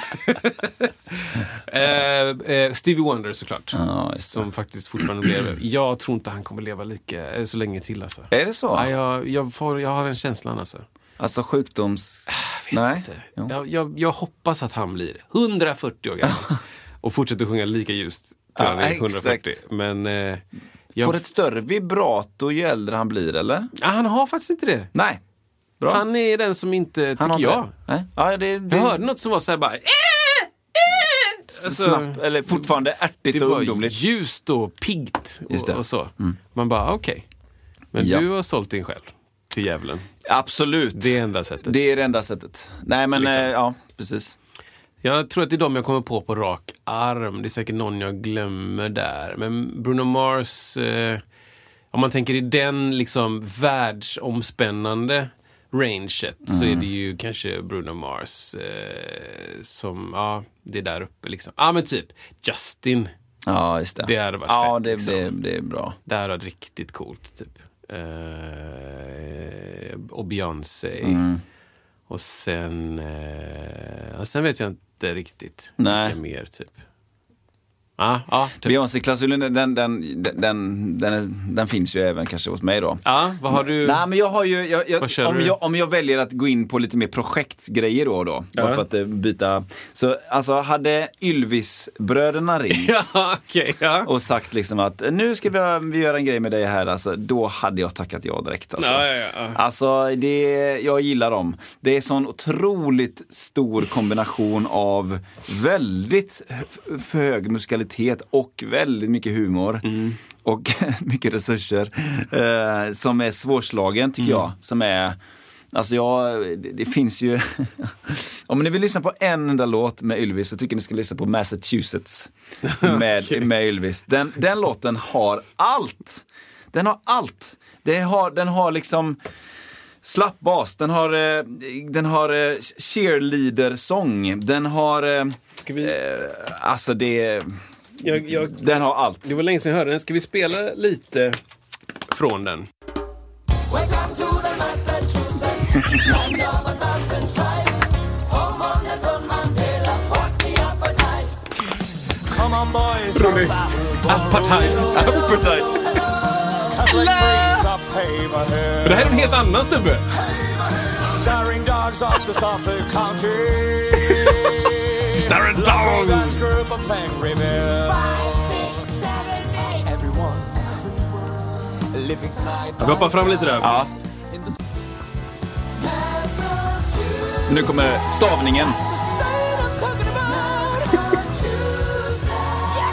Stevie Wonder såklart. Som faktiskt fortfarande lever. Jag tror inte han kommer leva så länge till. Alltså. Är det så? Ja, jag har en känsla alltså. Alltså sjukdoms... Nej. Jag hoppas att han blir 140 år gammal och fortsätter sjunga lika ljust till han är 140. Men får ett större vibrato ju äldre han blir, eller? Ja, han har faktiskt inte det. Nej. Bra. Han är den som inte, tycker jag. Nej. Ja, jag hörde något som var så här bara... Snabb, eller fortfarande ärtigt och ungdomligt. Det var ljust och piggt och så. Man bara, okej. Men du har sålt din själv till djävulen. Absolut. Det är enda sättet. Det är det enda sättet. Nej, men ja, precis. Jag tror att det är de jag kommer på rak arm. Det är säkert någon jag glömmer där. Men Bruno Mars, om man tänker i den liksom världsomspännande ranget så är det ju kanske Bruno Mars som, det är där uppe liksom. Men typ Justin. Ja, just det. Det hade varit fett. Det är bra. Det hade varit riktigt coolt typ. Och Beyoncé. Och sen vet jag inte riktigt vilka mer typ. Typ. Beyoncé-klausulen den finns ju även kanske hos mig då. Ja, vad har du? Nej, men jag har ju om jag väljer att gå in på lite mer projektsgrejer då bara för att byta. Så alltså hade Ylvis-bröderna ringt och sagt liksom att nu ska vi göra en grej med dig här, alltså, då hade jag tackat ja direkt alltså. Alltså jag gillar dem. Det är sån otroligt stor kombination av väldigt hög musikalitet och väldigt mycket humor och mycket resurser som är svårslagen tycker jag, som är alltså det finns ju om ni vill lyssna på en enda låt med Ylvis så tycker ni ska lyssna på Massachusetts med Ylvis. Den låten har allt. Den har allt. Den har liksom slapp bas, den har cheerleader-sång, den har alltså den har allt. Det var länge sedan jag hörde den. Ska vi spela lite från den? Welcome to the Massachusetts land of 1,000 tribes. Home on Nelson Mandela fought the apartheid. Come on boys, apartheid. Det här är en helt annan snubbe. Starring dogs of the Suffolk County. Starring dogs. Group of Angry Men. 5, 6, 7, 8. Everyone. Living side. Jag hoppar fram lite där. Ja. Nu kommer stavningen.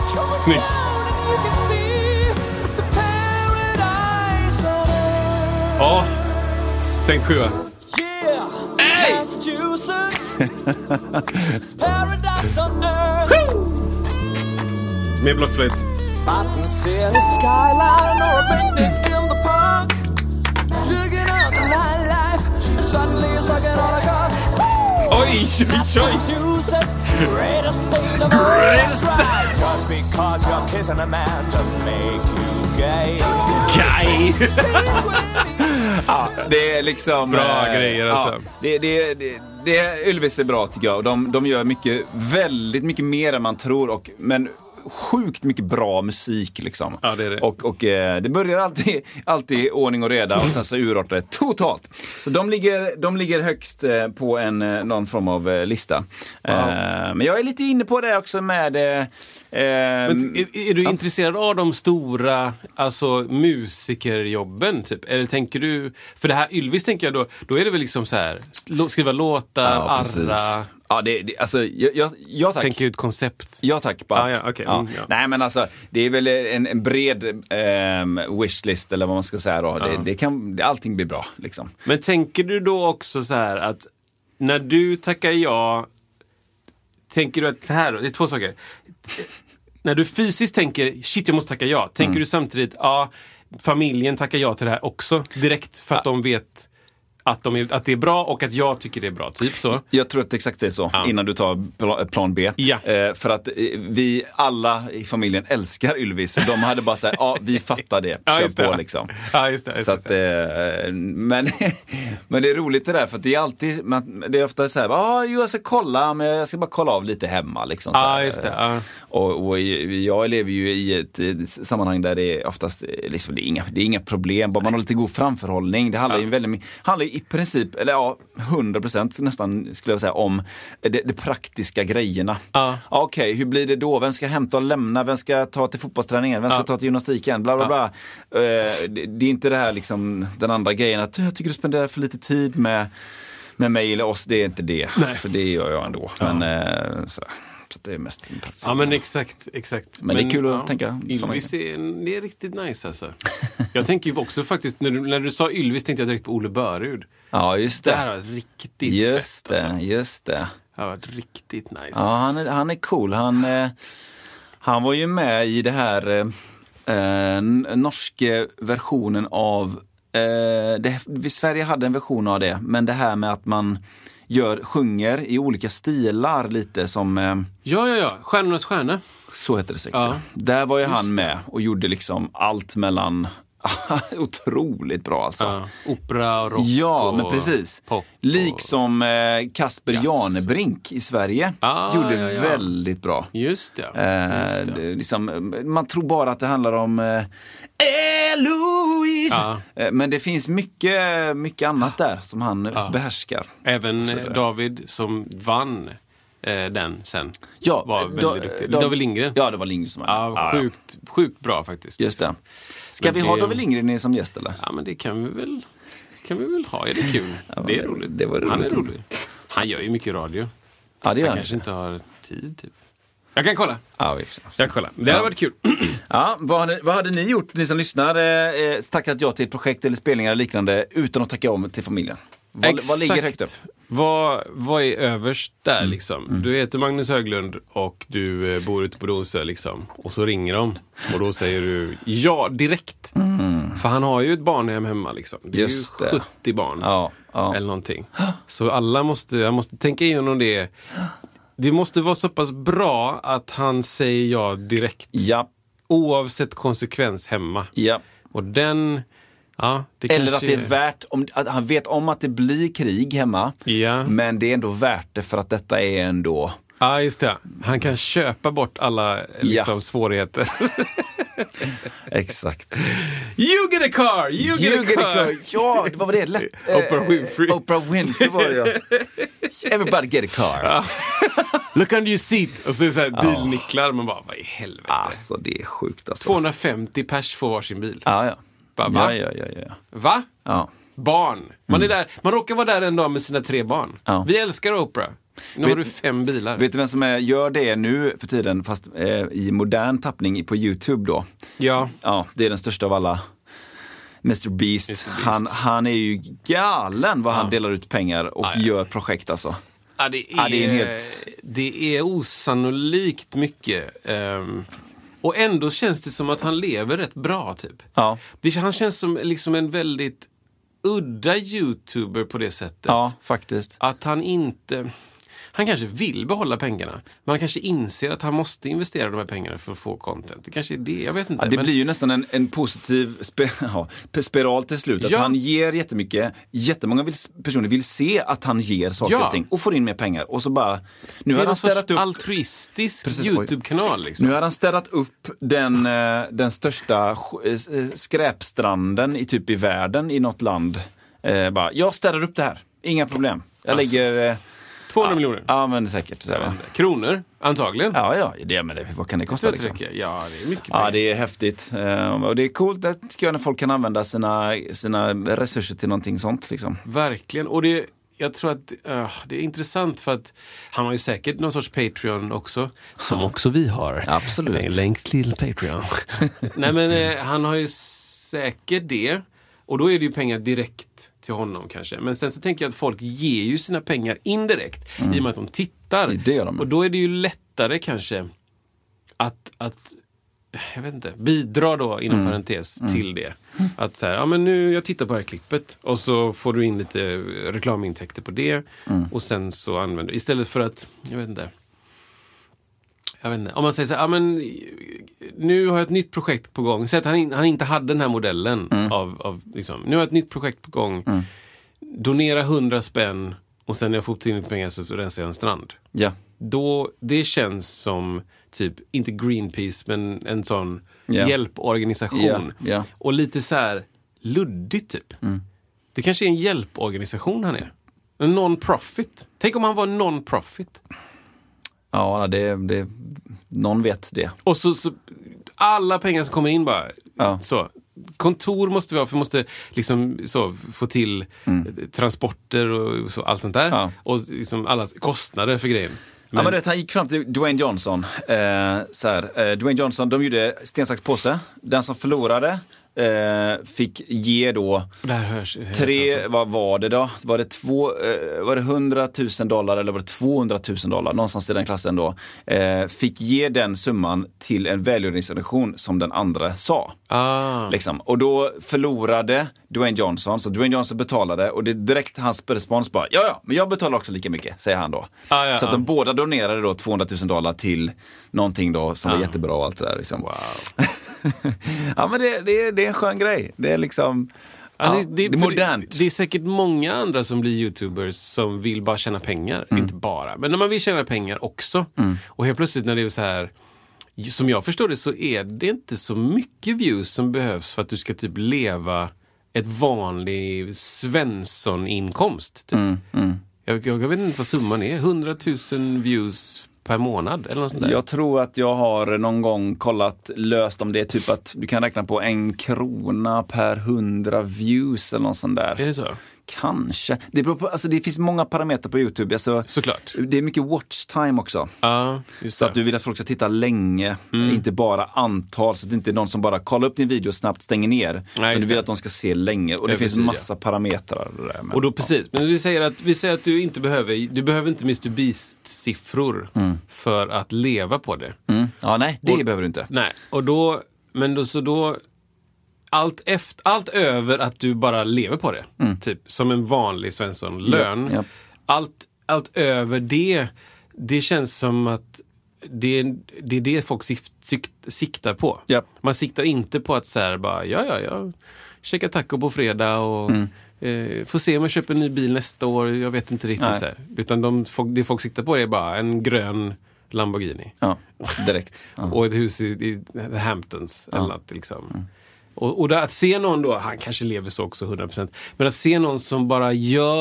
Snyggt. Ja. Sänk 7. Hey! Med blockflöjt. Oj, oj, oj. Greatest. Just because you're kissing a man doesn't make you gay. Ja, det är liksom bra grejer alltså. Det Ylvis är bra tycker jag. De gör väldigt mycket mer än man tror men sjukt mycket bra musik liksom. Ja, det är det. Och det börjar alltid ordning och reda och sen så urartar det totalt. Så de ligger högst på någon form av lista. Wow. Men jag är lite inne på det också med men är du intresserad av de stora musikerjobben typ? Eller tänker du, för det här Ylvis tänker jag då är det väl liksom så här skriva låtar, arra. Ja, alltså, jag tack. Tänker ut koncept. Ja, tack på allt. Ja, okay. Ja. Nej, men alltså, det är väl en bred wishlist eller vad man ska säga då. Ja. Allting blir bra, liksom. Men tänker du då också så här att när du tackar ja, tänker du att det här, det är två saker. När du fysiskt tänker, shit jag måste tacka ja, tänker du samtidigt, familjen tackar ja till det här också direkt för att de vet att det är bra och att jag tycker det är bra, typ så. Jag tror att exakt det är så, innan du tar plan B. Ja. För att vi alla i familjen älskar Ylvis och de hade bara sagt, vi fattar det, kör på liksom. Ja, just det. Så att, men det är roligt det där, för att det är alltid, det är ofta så här, jag ska kolla, men jag ska bara kolla av lite hemma liksom. Ja, just det. Och jag lever ju i ett sammanhang där det är oftast, liksom, det är inga problem, bara man har lite god framförhållning. Det handlar ju i princip, eller 100% nästan skulle jag säga, om det praktiska grejerna. Okej, hur blir det då? Vem ska hämta och lämna? Vem ska ta till fotbollsträningen? Vem ska ta till gymnastiken? Bla bla bla. Det är inte det här liksom, den andra grejen att jag tycker du spenderar för lite tid med mig eller oss. Det är inte det. Nej. För det gör jag ändå. Men så det är mest praktiskt. Ja, men exakt. Men det är kul att tänka. Ylvis det är riktigt nice alltså. Jag tänker ju också faktiskt, när du sa Ylvis tänkte jag direkt på Olle Börud. Ja, just det. Det här var riktigt fett alltså. Just det. Det har varit riktigt nice. Ja, han är cool. Han var ju med i det här norska versionen av Sverige hade en version av det, men det här med att man sjunger i olika stilar lite som... Ja. Stjärnornas stjärna. Så heter det säkert. Ja. Där var ju han med och gjorde liksom allt mellan... Otroligt bra alltså. Opera och rock. Ja, men precis. Pop liksom Kasper Janebrink i Sverige gjorde väldigt bra. Just det. Liksom, man tror bara att det handlar om Eloise. Men det finns mycket annat där som han behärskar. Även David som vann den sen var väldigt duktig. David Lindgren. Ja, det var Lindgren som var sjukt bra faktiskt. Just det. Ska vi ha David Lindgren som gäst eller? Ja, men det kan vi väl ha. Är det kul? Det är roligt. Det var roligt. Han är rolig. Han gör ju mycket radio. Ja, det gör han. Kanske inte har tid typ. Jag kan kolla. Ja, vi får se. Jag kollar. Det har varit kul. Ja, vad hade ni gjort, ni som lyssnar? Tackat ja till ett projekt eller spelningar eller liknande utan att tacka om till familjen? Vad ligger högt upp? Vad är överst där liksom? Du heter Magnus Höglund och du bor ute på Donsö liksom. Och så ringer de. Och då säger du ja direkt. För han har ju ett barnhem hemma liksom. Det är just ju 70 barn. Eller någonting. Så jag måste tänka igenom det. Det måste vara så pass bra att han säger ja direkt. Ja. Oavsett konsekvens hemma. Ja. Och den... Ja, det eller att det är värt, att han vet om att det blir krig hemma, men det är ändå värt det för att detta är ändå... Ja, just det. Han kan köpa bort alla liksom, svårigheter. Exakt. You get a car! You get a car! Ja, det var det lätt. Oprah Winfrey var det. Everybody get a car. Look under your seat. Och så är det så här bilnycklar. Man bara, vad i helvete? Alltså, det är sjukt alltså. 250 pers får varsin bil. Ja. Va? Ja. Va? Ja. Barn. Man är där. Man råkar vara där en dag med sina 3 barn. Ja. Vi älskar Oprah. Nu har du 5 bilar. Vet du vem som gör det nu för tiden, fast i modern tappning på YouTube då? Ja. Ja, det är den största av alla Mr. Beast. Han är ju galen vad han delar ut pengar och gör projekt alltså. Ja, det är osannolikt mycket. Och ändå känns det som att han lever rätt bra typ. Ja. Han känns som liksom en väldigt udda YouTuber på det sättet. Ja, faktiskt. Att han kanske vill behålla pengarna. Men han kanske inser att han måste investera de här pengarna för att få content. Det kanske är det, jag vet inte. Ja, det blir ju nästan en positiv spiral till slut. Att han ger jättemycket. Jättemånga personer vill se att han ger saker och ting. Och får in mer pengar. Och så bara... Nu har han städat upp... altruistisk YouTube-kanal liksom. Nu har han städat upp den största skräpstranden i världen i något land. Jag städar upp det här. Inga problem. Jag lägger... 200 miljoner. Ja, men säkert. Kronor, antagligen. Ja, vad kan det kosta liksom? Ja, det är mycket pengar. Ja, det är häftigt. Och det är coolt, det tycker jag, när folk kan använda sina resurser till någonting sånt liksom. Verkligen, och jag tror att det är intressant för att han har ju säkert någon sorts Patreon också, som också vi har. Absolut. Länk till Patreon. Nej, men han har ju säkert det, och då är det ju pengar direkt till honom kanske. Men sen så tänker jag att folk ger ju sina pengar indirekt i och med att de tittar. Det gör de. Och då är det ju lättare kanske att jag vet inte, bidra då inom parentes till det. Att så här, men nu jag tittar på det här klippet och så får du in lite reklamintäkter på det och sen så använder du istället för att, jag vet inte, om man säger så här, men nu har jag ett nytt projekt på gång. Så att han inte hade den här modellen av liksom, nu har jag ett nytt projekt på gång. Donera 100 spänn och sen när jag får in lite pengar så rensar jag en strand. Ja. Då, det känns som typ, inte Greenpeace, men en sån hjälporganisation. Yeah. Och lite så här luddigt typ. Det kanske är en hjälporganisation han är. En non-profit. Tänk om han var non-profit. Ja, det någon vet det. Och så alla pengar som kommer in bara så. Kontor måste vi ha, för vi måste liksom så få till transporter och så, allt sånt där. Ja. Och liksom alla kostnader för grejen. Men han gick fram till Dwayne Johnson. Dwayne Johnson, de gjorde sten, sax, påse. Den som förlorade fick ge då vad var det då? Var det $100,000 eller var det $200,000? Någonstans i den klassen då. Fick ge den summan till en välgörenhetsorganisation som den andra sa. Liksom. Och då förlorade Dwayne Johnson, så Dwayne Johnson betalade, och det är direkt hans respons bara, men jag betalar också lika mycket, säger han då. Så att de båda donerade då $200,000 till någonting då som var jättebra och allt det där liksom. Wow. Ja, men det är en skön grej. Det är liksom det är modernt. Det är säkert många andra som blir YouTubers som vill bara tjäna pengar, inte bara. Men när man vill tjäna pengar också. Och helt plötsligt när det är så här, som jag förstår det, så är det inte så mycket views som behövs för att du ska typ leva ett vanlig Svensson-inkomst typ. Jag vet inte vad summan är. 100,000 views per månad eller något sånt där. Jag tror att jag har någon gång kollat löst om det är typ att du kan räkna på 1 krona per 100 views eller något sånt där. Är det så? Kanske. Det beror på, alltså det finns många parametrar på YouTube. Alltså, såklart. Det är mycket watch time också. Ja, just så det. att du vill att folk ska titta länge. Inte bara antal. Så att det inte är någon som bara kollar upp din video och snabbt stänger ner. Nej, du vill att de ska se länge. Och det finns massa parametrar. Där, och då precis. Men vi säger att du inte behöver inte Mr. Beast-siffror för att leva på det. Ja, nej. Det behöver du inte. Nej. Och då... Men då allt över att du bara lever på det, typ som en vanlig Svensson-lön. Yep. Allt över det känns som att det är det folk siktar på. Yep. Man siktar inte på att så här bara, jag käkar taco på fredag och får se om jag köper en ny bil nästa år, jag vet inte riktigt så här. Utan det folk siktar på är bara en grön Lamborghini. Ja, direkt. Och ett hus i The Hamptons eller något liksom. Och att se någon då, han kanske lever så också 100%, men att se någon som bara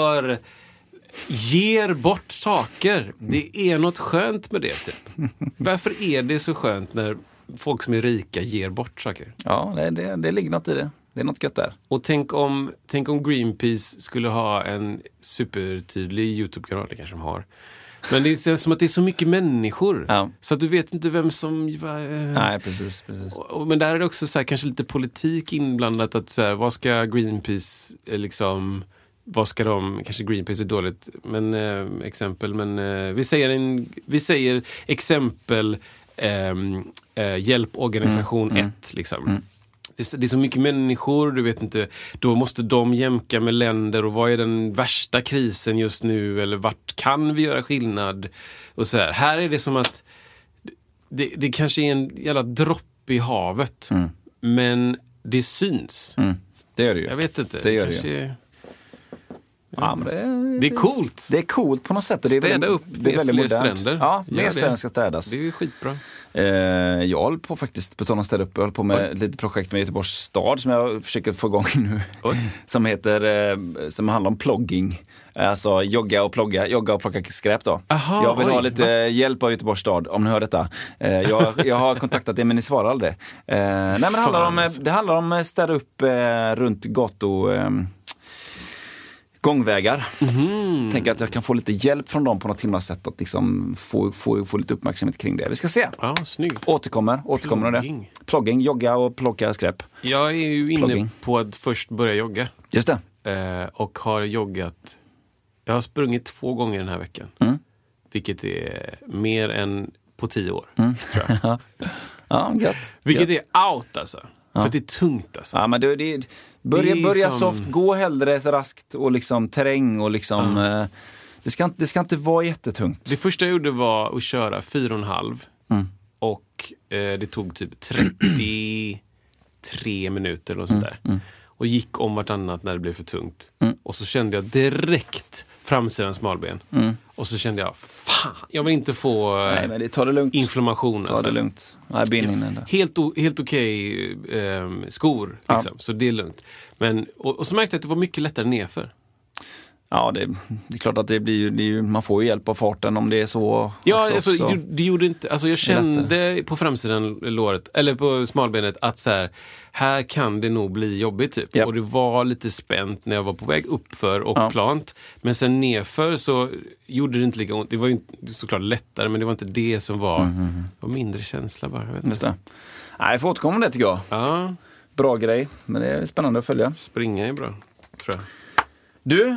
ger bort saker, det är något skönt med det typ. Varför är det så skönt när folk som är rika ger bort saker? Ja, det ligger något i det. Det är något gött där. Och tänk om Greenpeace skulle ha en supertydlig YouTube-kanal, det kanske de har, Men det känns som att det är så mycket människor. Så att du vet inte vem som... Nej, precis. Men där är det också så här, kanske lite politik inblandat. Att så här, vad ska Greenpeace liksom... Vad ska de... Kanske Greenpeace är dåligt. Men exempel. Men vi säger exempel hjälporganisation 1 liksom. Det är så mycket människor, du vet inte, då måste de jämka med länder och vad är den värsta krisen just nu eller vart kan vi göra skillnad och så här. Här är det som att det kanske är en jävla dropp i havet men det syns. Det gör det ju. Jag vet inte. Det gör kanske... det ju. Ja, men det är coolt. Det är coolt på något sätt. Och det är städa upp det är väldigt fler modernt. Stränder. Ja, mer stränder ska städas. Det är ju skitbra. Jag håller på faktiskt på sådana städer upp. Jag håller på med ett litet projekt med Göteborgs stad som jag försöker få igång nu. Som handlar om plogging. Alltså jogga och plocka skräp då. Aha, jag vill ha lite hjälp av Göteborgs stad, om ni hör detta. Jag har kontaktat er men ni svarar aldrig. Nej, men det handlar om städa upp runt gångvägar. Tänker att jag kan få lite hjälp från dem på något himla sätt att liksom få lite uppmärksamhet kring det. Vi ska se. Ja, snyggt. Återkommer det. Plogging, jogga och plocka skräp. Jag är ju inne på att först börja jogga. Just det. Och har joggat. Jag har sprungit 2 gånger den här veckan. Vilket är mer än på 10 år. Tror jag. Ja, gött. Vilket är out alltså. För att det är tungt alltså. Ja, men börja soft, gå hellre så raskt och liksom terräng och liksom det ska inte vara jättetungt. Det första jag gjorde var att köra 4,5 och det tog typ 33 minuter eller sånt där. Och gick om vartannat när det blev för tungt. Och så kände jag direkt framsidan smalben. Och så kände jag, fan, jag vill inte få inflammation. Ta det lugnt. Helt okej skor. Liksom, så det är lugnt. Men, och så märkte jag att det var mycket lättare nerför. Ja, det är klart att det blir ju, man får ju hjälp av farten om det är så. Ja, alltså, det gjorde inte, alltså jag kände på framsidan låret, eller på smalbenet, att så här kan det nog bli jobbigt typ. Och det var lite spänt när jag var på väg uppför och plant. Men sen nerför så gjorde det inte lika ont. Det var ju såklart lättare, men det var inte det som var, var mindre känsla bara. Jag vet inte. Just det. Nej, jag får återkomma om det tycker jag. Ja. Bra grej, men det är spännande att följa. Springa är bra, tror jag. Du,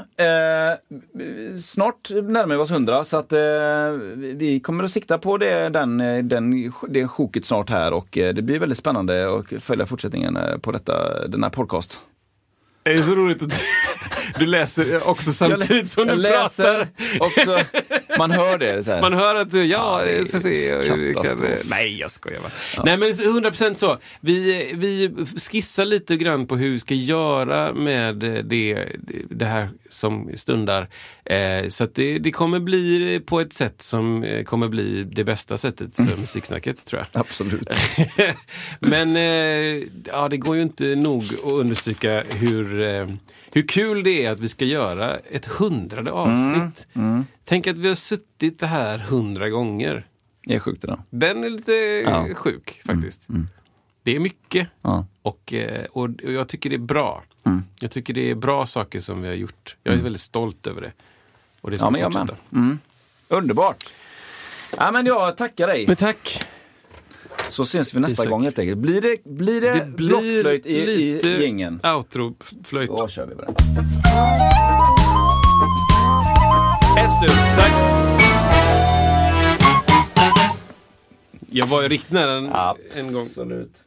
snart närmar vi oss 100 så att vi kommer att sikta på det sjoket snart här och det blir väldigt spännande att följa fortsättningen på den här podcast. Det är så roligt att du läser också samtidigt som du pratar. Också, man hör det så här. Man hör att nej, jag skojar bara. Ja. Nej, men 100% så. Vi skissar lite grann på hur vi ska göra med det här som stundar. Så att det kommer bli på ett sätt som kommer bli det bästa sättet för musiksnacket, tror jag. Absolut. Men det går ju inte nog att understryka hur kul det är att vi ska göra ett 100:e avsnitt. Tänk att vi har suttit det här 100 gånger. Det är sjukt idag. Den är lite sjuk faktiskt. Det är mycket. Och jag tycker det är bra. Jag tycker det är bra saker som vi har gjort. Jag är väldigt stolt över det. Och det ska fortsätta. Underbart. Ja, men jag tackar dig. Men tack. Så syns vi nästa gång helt enkelt. Blir det blockflöjt i gängen? Outro-flöjt. Då kör vi på den. Tack. Jag var ju riktigt nära en gång. Absolut.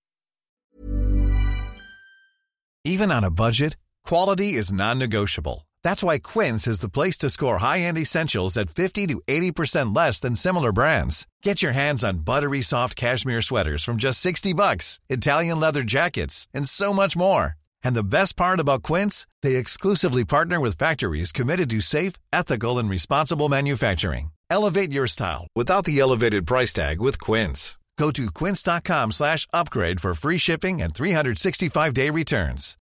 Even on a budget, quality is non-negotiable. That's why Quince is the place to score high-end essentials at 50 to 80% less than similar brands. Get your hands on buttery soft cashmere sweaters from just $60, Italian leather jackets, and so much more. And the best part about Quince, they exclusively partner with factories committed to safe, ethical, and responsible manufacturing. Elevate your style without the elevated price tag with Quince. Go to quince.com/upgrade for free shipping and 365-day returns.